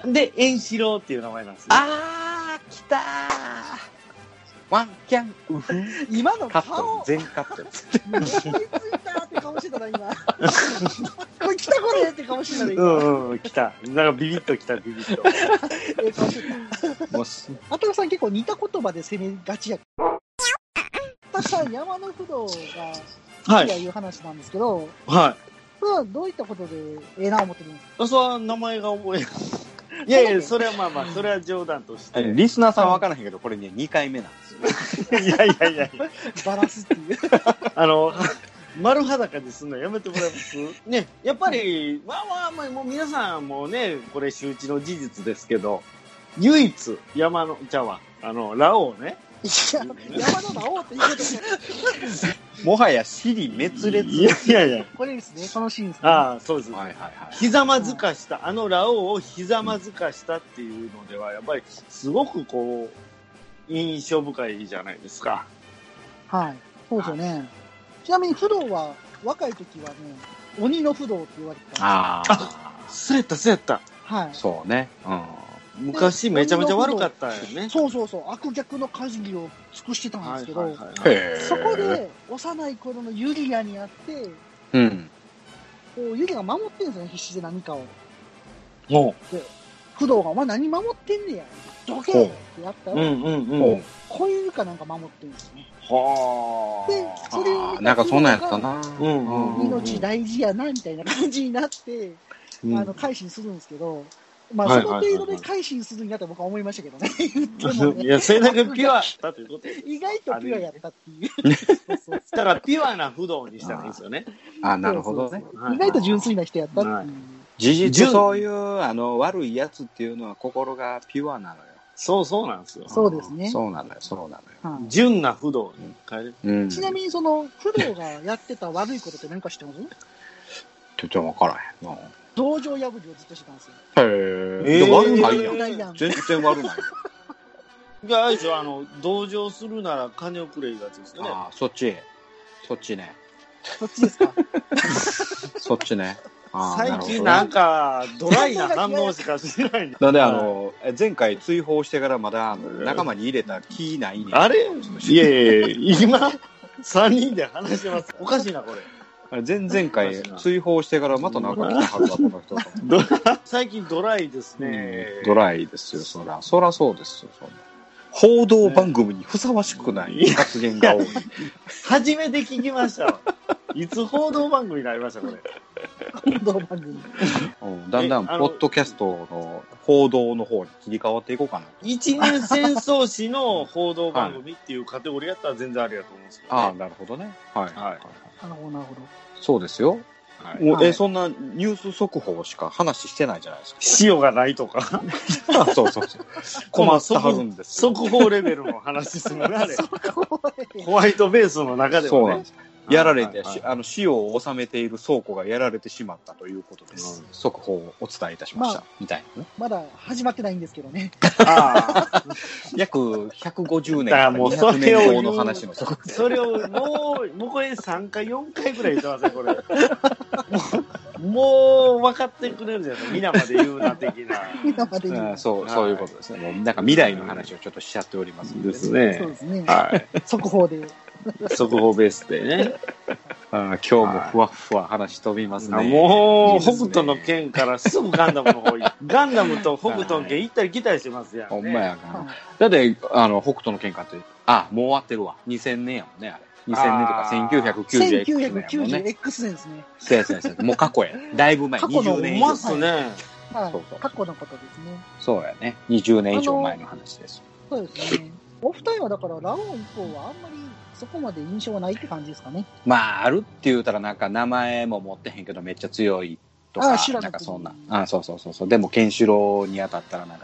で、円四郎っていう名前なんですね。 あー、来たー。ワンキャン、うふん。 今のカット顔。、 全カット。 思いついたって顔してたな、今。これ来たこれって顔してたな、今。 うんうん、来た。なんかビビッと来た、ビビッと。 ええ顔してた。もうあたらさん結構似た言葉で攻めがちや。あたらさん、山の不動が好きやいう話なんですけど、 はい。 それはどういったことでええな思ってるんですか？ それは名前が覚えない。いやいや、それはまあまあ、それは冗談として。 リスナーさんは分からへんけど、これね、にかいめなんですよ。 いやいやいやいや。 バラすっていう。 あの、丸裸ですんのやめてもらえますね、やっぱり、まあまあまあ、もう皆さんもね、これ周知の事実ですけど、唯一、山の、ちゃうわ、あの、ラオウね。 いや、山のラオウって言うことね。 もはや尻滅裂。 いやいやいや。 これですね、このシーンですね。 ああ、そうです。 はいはいはい。 ひざまずかした、あのラオウをひざまずかしたっていうのでは、やっぱりすごくこう、印象深いじゃないですか。 はい。そうですよね。ちなみに不動は、若い時はね、鬼の不動って言われてたんですよ。 ああ。 そうやった、そうやった。 はい。 そうね。うん。 昔めちゃめちゃ悪かったよね。 そうそうそう。悪逆の限りを尽くしてたんですけど、 はいはいはいはい、 そこで幼い頃のユリアにあって、 うん。 こうユリアが守ってるんですよね、必死で何かを。 もう。で、不動が、お前何守ってんねや。どけってやったら、 うんうんうん。 子犬かなんか守ってるんですよね。 はあ。で、それをなんかそんなんやったな。 うんうん。命大事やな、みたいな感じになって、うん、あの、改心するんですけど、まあ、その程度で改心するんやと僕は思いましたけどね。言ってもね。 いや、それだけピュアだったということ意外とピュアやったっていう。 そうそうだからピュアな不動にしたらいいですよね。 あ、なるほどね。 そうそうそう意外と純粋な人やったっていう。はい、 事実そういうあの悪いやつっていうのは心がピュアなのよ。 そうそうなんですよ。 そうですね。 そうなのよ、そうなのよ。 純な不動に変える。 うん、ちなみにその不動がやってた悪いことって何か知ってます？ ちょっと分からへんな。 道場破りをずっとしてたんですよ。 へえ。えー、悪ないやん。全然悪ない。 いや、あれでしょ、あの、同情するなら金をくれいうやつですよね。 ああ、そっち。そっちね。 そっちですか？ そっちね。 最近なんか、ドライな反応しかしないんで。 なんで、あの、前回追放してからまだ仲間に入れた気ないね。 あれいやいやいや、今、さんにんで話してます。おかしいな、これ。 前々回追放してからまたなんか来たはずだ、この人。 最近ドライですね。 うん、ドライですよ、そら。そらそうですよ、そんな。報道番組にふさわしくない発言が多い。 初めて聞きましたわ。いつ報道番組になりました、これ。 報道番組。 うん、だんだん、ポッドキャストの報道の方に切り替わっていこうかな。 一年戦争史の報道番組っていうカテゴリーやったら全然ありだと思うんですけど、ね。 ああ、なるほどね。はい。はい。 なるほど、なるほど。 そうですよ。はい、もうえ、そんなニュース速報しか話してないじゃないですか。 塩がないとか。 そうそうそう。困ってはるんです。 速報レベルの話するね、あれ。ホワイトベースの中ではね。 そうなんです。やられて、あの、塩を収めている倉庫がやられてしまったということです。うん、速報をお伝えいたしました。まあ、みたいなね。 まだ始まってないんですけどね。 ああ。約ひゃくごじゅうねんかにひゃくねんごの話の速報。 それをもう、もうこれさんかい、よんかいぐらい言ってません、これ。もう、もう分かってくれるじゃないですか。皆まで言うな、的な。 皆まで言うな。 そう、そういうことですね。もうなんか未来の話をちょっとしちゃっておりますので。ですね。 そうですね。 はい。 速報で。 速報ベースでね。 あ今日もふわふわ話飛びますね。 もう、北斗の剣からすぐガンダムの方に。ガンダムと北斗の剣行ったり来たりしてますやん、ね。 ほんまやな。だって、あの、北斗の剣かって、あ、もう終わってるわ。にせんねんやもんね、あれ。にせんねんとかせんきゅうひゃくきゅうじゅうエックスねんやもんね。せんきゅうひゃくきゅうじゅうエックス 年ですね。 そうやそうやそうや。もう過去や。だいぶ前。にじゅうねん以上。 ますね。 はい。そうそう。過去のことですね。 そうやね。にじゅうねん以上前の話です。 そうですね。お二人はだから、ラオウ以降はあんまりそこまで印象はないって感じですかね。 まあ、あるって言うたらなんか名前も持ってへんけどめっちゃ強いとか、なんかそんな。ああ、そうそうそうそう。でも、ケンシロウに当たったらなんか、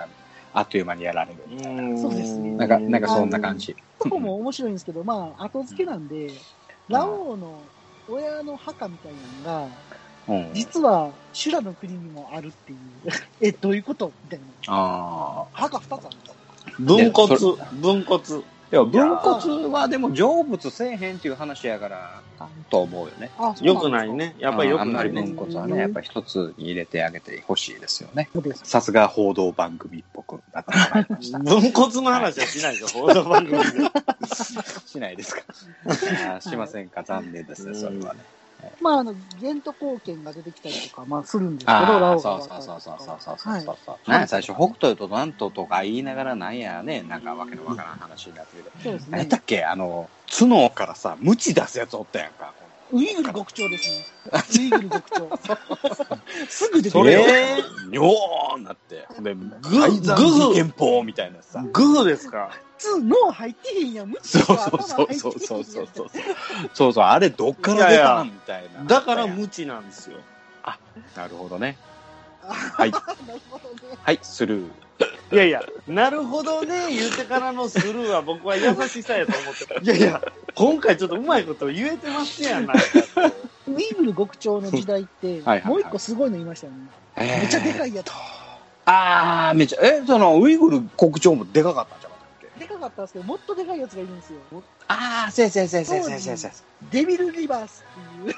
あっという間にやられる。 そうですね。 なんか、なんかそんな感じ。 そこも面白いんですけど、まあ、後付けなんで、ラオウの親の墓みたいなのが、うん、実は修羅の国にもあるっていう。え、どういうことみたいな。ああ。墓二つあるんですよ。 分骨、分骨。 いや、分骨はでも成仏せえへんっていう話やから、と思うよね。 よくないね。やっぱりよくないね。 あんまり分骨はね、やっぱり一つに入れてあげてほしいですよね。さすが報道番組っぽくなってまいりました。 分骨の話はしないでしょ、報道番組で。 しないですか。しませんか、残念ですね、それはね。 まあ、あの、ゲント貢献が出てきたりとか、まあ、するんですけど、ラオウが。 そうそうそうそうそうそうそうそう。はい、最初、北斗となんととか言いながらなんやね、なんかわけのわからん話になってるけど。そうですね。何だっけ、あの、角からさ、鞭出すやつおったやんか。 ウイグル極長ですね。ウイグル極長。すぐ出てくる。 それを、にょーんなって。で、グフ憲法みたいなさ。 グフですか。 脳入ってへんやん。 そうそうそうそうそうそうそう。そうそう、あれどっから出たんみたいな。 だから無知なんですよ。 あ、なるほどね。はい。はい、スルー。 いやいや、なるほどね、言うてからのスルーは僕は優しさやと思ってた。いやいや、今回ちょっとうまいこと言えてますやん、なんか。 ウイグル極長の時代って、もう一個すごいの言いましたよね。めっちゃでかいやつ。 あー、めっちゃ、え、その、ウイグル国長もでかかったんじゃなかったっけ？でかかったんですけど、もっとでかいやつがいるんですよ。 あー、せいせいせいせいせいせいせい。 デビルリバースっていう、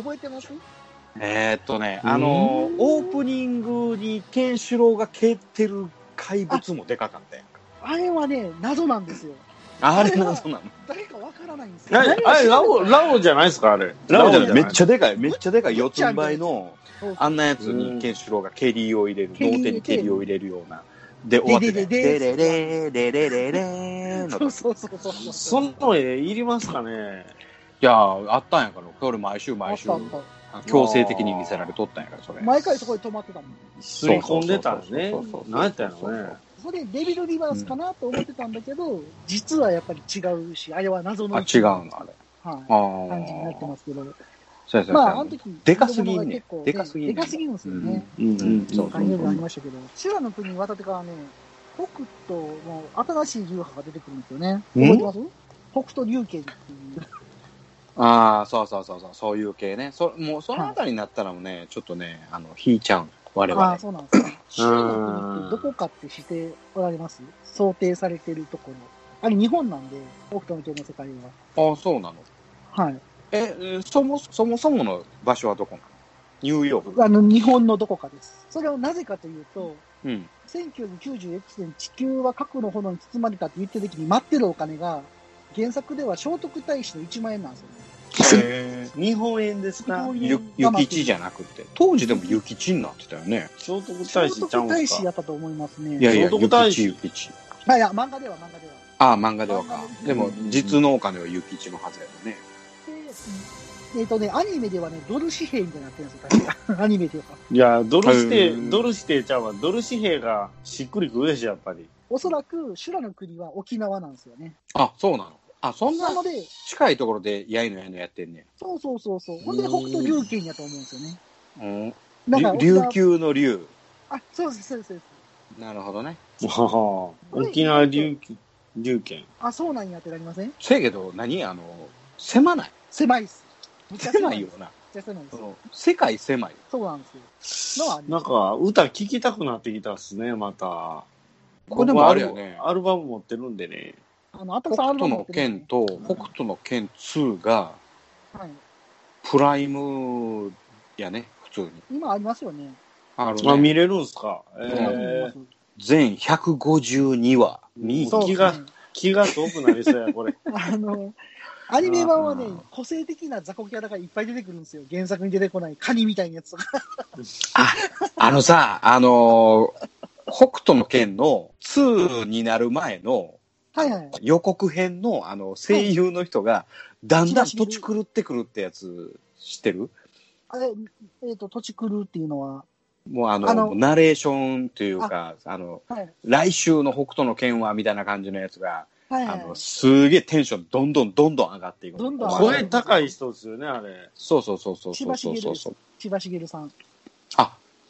覚えてます？ えー、っとね、あの、オープニングにケンシロウが蹴ってる怪物もでかかったやんか。 あれはね、謎なんですよ。 あれ謎なの？ 誰かわからないんですよ。 あれ、ラオ、ラオじゃないですか、あれ。 ラオじゃない。めっちゃでかい、めっちゃでかい、四つん這いの、あんなやつにケンシロウが蹴りを入れる、同手に蹴りを入れるような。で、終わってね。でれれれれれれの。 そうそうそうそう。 その絵いりますかね？ いや、あったんやから、それ毎週毎週。強制的に見せられとったんやから、それ。 毎回そこで止まってたもん。 吸い込んでたんね。何やったんやろね。 それデビルリバースかなと思ってたんだけど、うん、実はやっぱり違うし、あれは謎の。 あ、違うの、あれ。 はい。感じになってますけど。 そうそうそう。 まあ、あの時、 でかすぎんね。でかすぎんね。でかすぎるんですよね。 うんうん。 そう。感じがありましたけど、修羅の国に渡ってからね、北斗の新しい流派が出てくるんですよね。覚えてます？北斗龍拳っていう。 ああ、そうそうそうそう、そういう系ね。そもうそのあたりになったらもうね、はい、ちょっとね、あの、引いちゃう。我々。 ああ、そうなんですか。修羅の国ってどこかってしておられます？想定されてるところ。あれ日本なんで、北斗の拳の世界は。 ああ、そうなの。 はい。 え、そも、そもそもの場所はどこなの？ニューヨーク。あの、日本のどこかです。それをなぜかというと、 うん。 せんきゅうひゃくきゅうじゅうエックス 年地球は核の炎に包まれたって言ってる時に待ってるお金が、原作では聖徳太子のいちまんえんなんですよね。 へ日本円ですか？ ゆ、ゆきちじゃなくて。当時でもゆきちになってたよね。 聖徳太子ちゃうんか？ 聖徳太子やったと思いますね。 いやいや、ゆきちゆきち。 あ、いや、漫画では漫画では。 ああ、漫画ではか。でも、実のお金はゆきちのはずやよね。 で、えっ、ー、とね、アニメではね、ドル紙幣みたいになってるんですよ、確か。アニメでは。 いや、ドル紙幣、ドル紙幣ちゃうわ。ドル紙幣がしっくりくるでしょ、やっぱり。 おそらく、修羅の国は沖縄なんですよね。 あ、そうなの？あ、そんなので近いところでやいのやいのやってんねん。 そうそうそうそう。ほんで北斗龍拳やと思うんですよね。 うん。なんか琉球の竜。 あ、そうですそうですそうです。 なるほどね。 沖縄龍龍拳。 あ、そうなんやってなりません？ せやけど何あの狭ない。 狭いっす。 狭いよな。 めっちゃ狭いです。 世界狭い。 そうなんですよ。のはなんか歌聴きたくなってきたっすね、また。 これでもあるよね。 アルバム持ってるんでね。 あの、北斗の拳と北斗の拳ツーが、はい、プライムやね、普通に。 今ありますよね。 あるね。 あ、見れるんすか。えー、 全ひゃくごじゅうにわ。 気が、気が遠くなりそうや、これ。 あの、アニメ版はね、個性的な雑魚キャラがいっぱい出てくるんですよ。原作に出てこないカニみたいなやつとか。 あ、あのさ、あのー、北斗の拳のツーになる前の、 はいはい、 予告編のあの声優の人がだんだん土地狂ってくるってやつ知ってる？ あれ、えっ、ー、と、土地狂うっていうのはもうあの、あのナレーションというか、あ, あの、はい、来週の北斗の拳はみたいな感じのやつが、はいはい、あのすげえテンションどんどんどんどん上がっていく。 どんどん声高い人ですよね、あれ。 そうそうそうそうそうそうそうそう。千葉茂さん。 あ、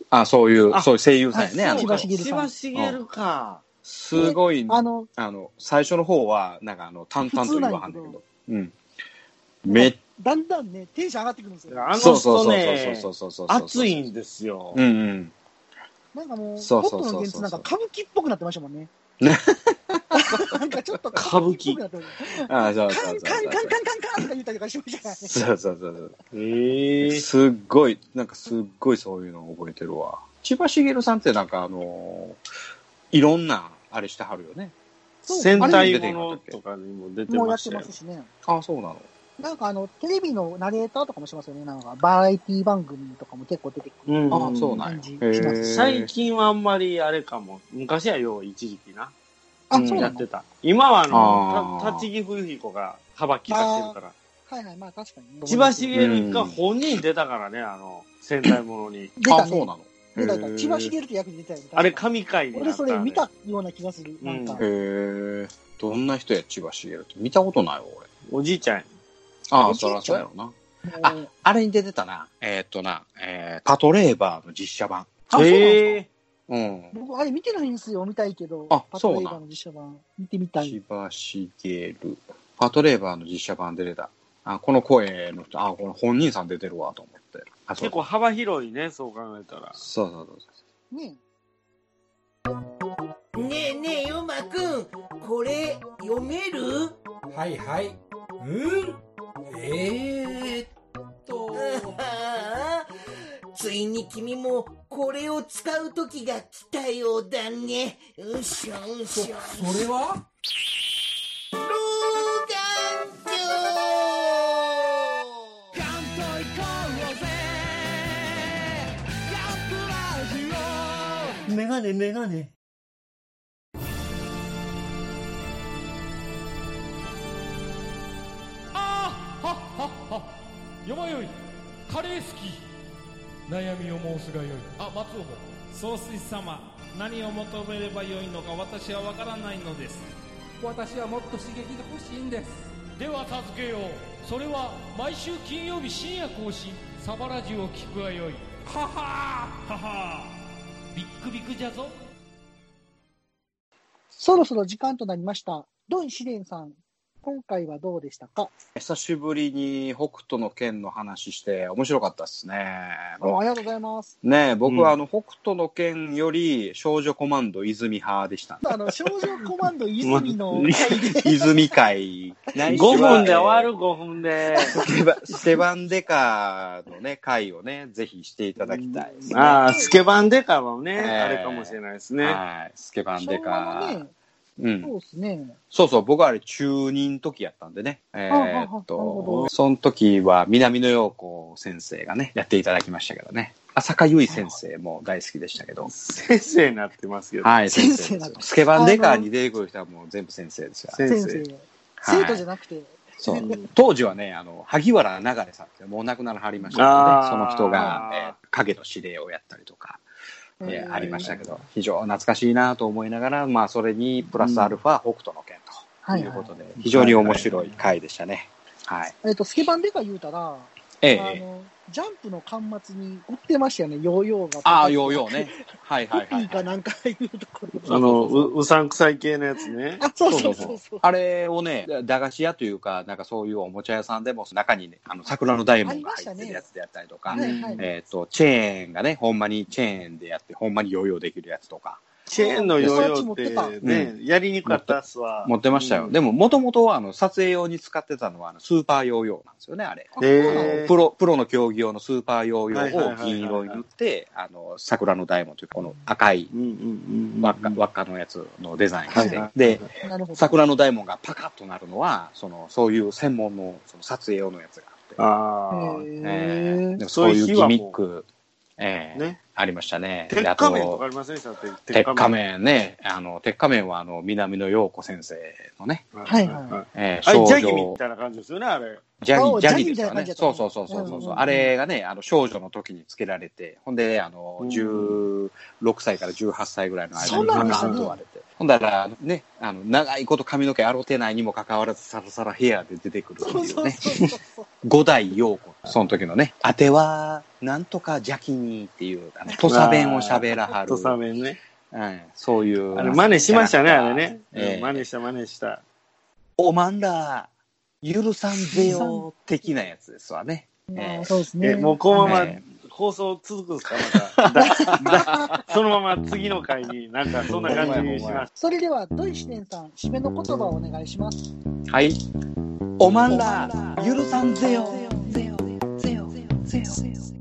あ、そういう、そういう声優さんやね。 あの千葉茂さん。 千葉茂か。 すごい、 あの、 あの、最初の方は、なんかあの、淡々と言わはんだけど。うん。めだんだんね、テンション上がってくるんですよ。 あの人ね、熱いんですよ。 うんうん。 なんかもう、 そう北斗の拳なんか歌舞伎っぽくなってましたもんね。なんかちょっと歌舞伎。 ああ、そうそうそう。 カンカンカンカンカンカンとか言ったりとかしましたね。 そうそうそう。 ええ。 すっごい、なんかすっごいそういうのを覚えてるわ。千葉茂さんってなんかあの、いろんな、あれしてはるよね。 戦隊ものとかにも出てましたよ。 もうやってますしね。 あ、そうなの。 なんかあの、テレビのナレーターとかもしますよね。なんか、バラエティ番組とかも結構出てくる。 うん、 あ、そうなんや。 最近はあんまりあれかも。昔はよう一時期な。 あ、そうやってた。今はあの、立木冬彦が幅利かしてるから。 はいはい、まあ確かに。 千葉茂が本人出たからね、あの、戦隊ものに。 出たね。 あ、そうなの。 出た千葉茂って役に出たよね。 あれ、神回になった。 俺それ見たような気がする。なんか。 へえ。どんな人や、千葉茂って。見たことないわ、俺。 おじいちゃん。 ああ、そらそうやろな。あ、あれに出てたな。えー、っとな、えー、パトレーバーの実写版。 へえ。 うん。 僕、あれ見てないんですよ。見たいけど。 あ、 パトレーバーの実写版。見てみたい。 千葉茂。パトレーバーの実写版出てた。あ、この声の人、あ、この本人さん出てるわ、と思って。あ、 結構幅広いね、そう考えたら。 そうそうそうそう。ねえ。ねえねえ、ヨマくん。これ、読める？ はいはい。うんえー、っとついに君もこれを使う時が来たようだね。うしょうしょ。 そ、それは？ 老眼鏡。 ガンと行こうぜ。ガンプラジオ。 メガネメガネ。 よまよいカレー好き悩みを申すがよい。あ、松尾も総帥様、何を求めればよいのか私はわからないのです。 私はもっと刺激が欲しいんです。 では助けよう。それは毎週金曜日深夜更新サバラジュを聞くがよい。ははーははービックビックじゃぞ。 そろそろ時間となりました。ドン・シレンさん、今回はどうでしたか？ 久しぶりに北斗の拳の話して面白かったですね。 ありがとうございます。 ねえ、僕はあの、うん、北斗の拳より少女コマンド泉派でした、ね。 あの、少女コマンド泉の回で。泉回。 ごふんで終わる、ごふんで。 スケバンデカのね、回をね、ぜひしていただきたいです、ね。 ああ、スケバンデカはね、えー、あれかもしれないですね。 はい、スケバンデカ。 うん、そうですね。 そうそう、僕はあれ中二の時やったんでね。えー、っと、その時は南野陽子先生がね、やっていただきましたけどね。浅香唯先生も大好きでしたけど。 先生になってますけど。 はい、先生ですよ。スケバンデカーに出てくる人はもう全部先生ですよ。 先生。先生。生徒じゃなくて。 そう。当時はね、あの、萩原流さんってもう亡くならはりましたけどね。その人が、えー、影の指令をやったりとか。えー、ありましたけど、非常懐かしいなと思いながら、まあ、それにプラスアルファ、北斗の拳ということで、非常に面白い回でしたね。はい。 えっと、スケバンデカ言うたら、 ええ、 あの、ジャンプの巻末に売ってましたよね、ヨーヨーが。 ああ、ヨーヨーね。はいはいはい。 いいかなんかいうところ。 あの、う、うさんくさい系のやつね。 あ、そうそうそうそう。 あれをね、駄菓子屋というか、なんかそういうおもちゃ屋さんでも中にね、あの、桜のダイヤモンドが入ってるやつでやったりとか、ね、えっと、チェーンがね、ほんまにチェーンでやって、ほんまにヨーヨーできるやつとか。 チェーンのヨーヨーってね、うん、やりにくかったっすわ。 持ってましたよ。うん、でも、もともとは、あの、撮影用に使ってたのは、あの、スーパーヨーヨーなんですよね、あれ。 へプロ、プロの競技用のスーパーヨーヨーを銀色に塗って、あの、桜のダイヤモンドという、この赤い輪っか、輪っかのやつのデザインして、で、桜のダイヤモンドがパカッとなるのは、その、そういう専門の、その撮影用のやつがあって。 ああ。 えー、そういうギミック。ええーね、ありましたね。 鉄仮面とかありませんでした？ 鉄仮面ね。あの、鉄仮面は、あの、南野陽子先生のね。 はいはい。 えー、少女。ジャギみたいな感じですよね、あれ。 ジャギ、ジャギですよね。そうそうそうそうそう。あれがね、あの、少女の時につけられて、ほんで、あの、じゅうろくさいからじゅうはっさいぐらいの間にそうなんですね。 ほんだら、ね、あの、長いこと髪の毛洗ってないにもかかわらず、サラサラヘアで出てくるっていうね。五代陽子。その時のね、あては、なんとか邪気にっていう、あの、土佐弁を喋らはる。 土佐弁ね。 うん、そういう。 あれ、真似しましたね、あれね。えー、真似した、真似した。 おまんら、許さんぜよ、的なやつですわね。 えー、そうですね。 え、もうこのまま、えー放送続くんですかまただだそのまま次の回になんかそんな感じにします。 それでは土井四天さん締めの言葉をお願いします。 はい。おまんら許さんぜよぜよぜよぜよぜよ。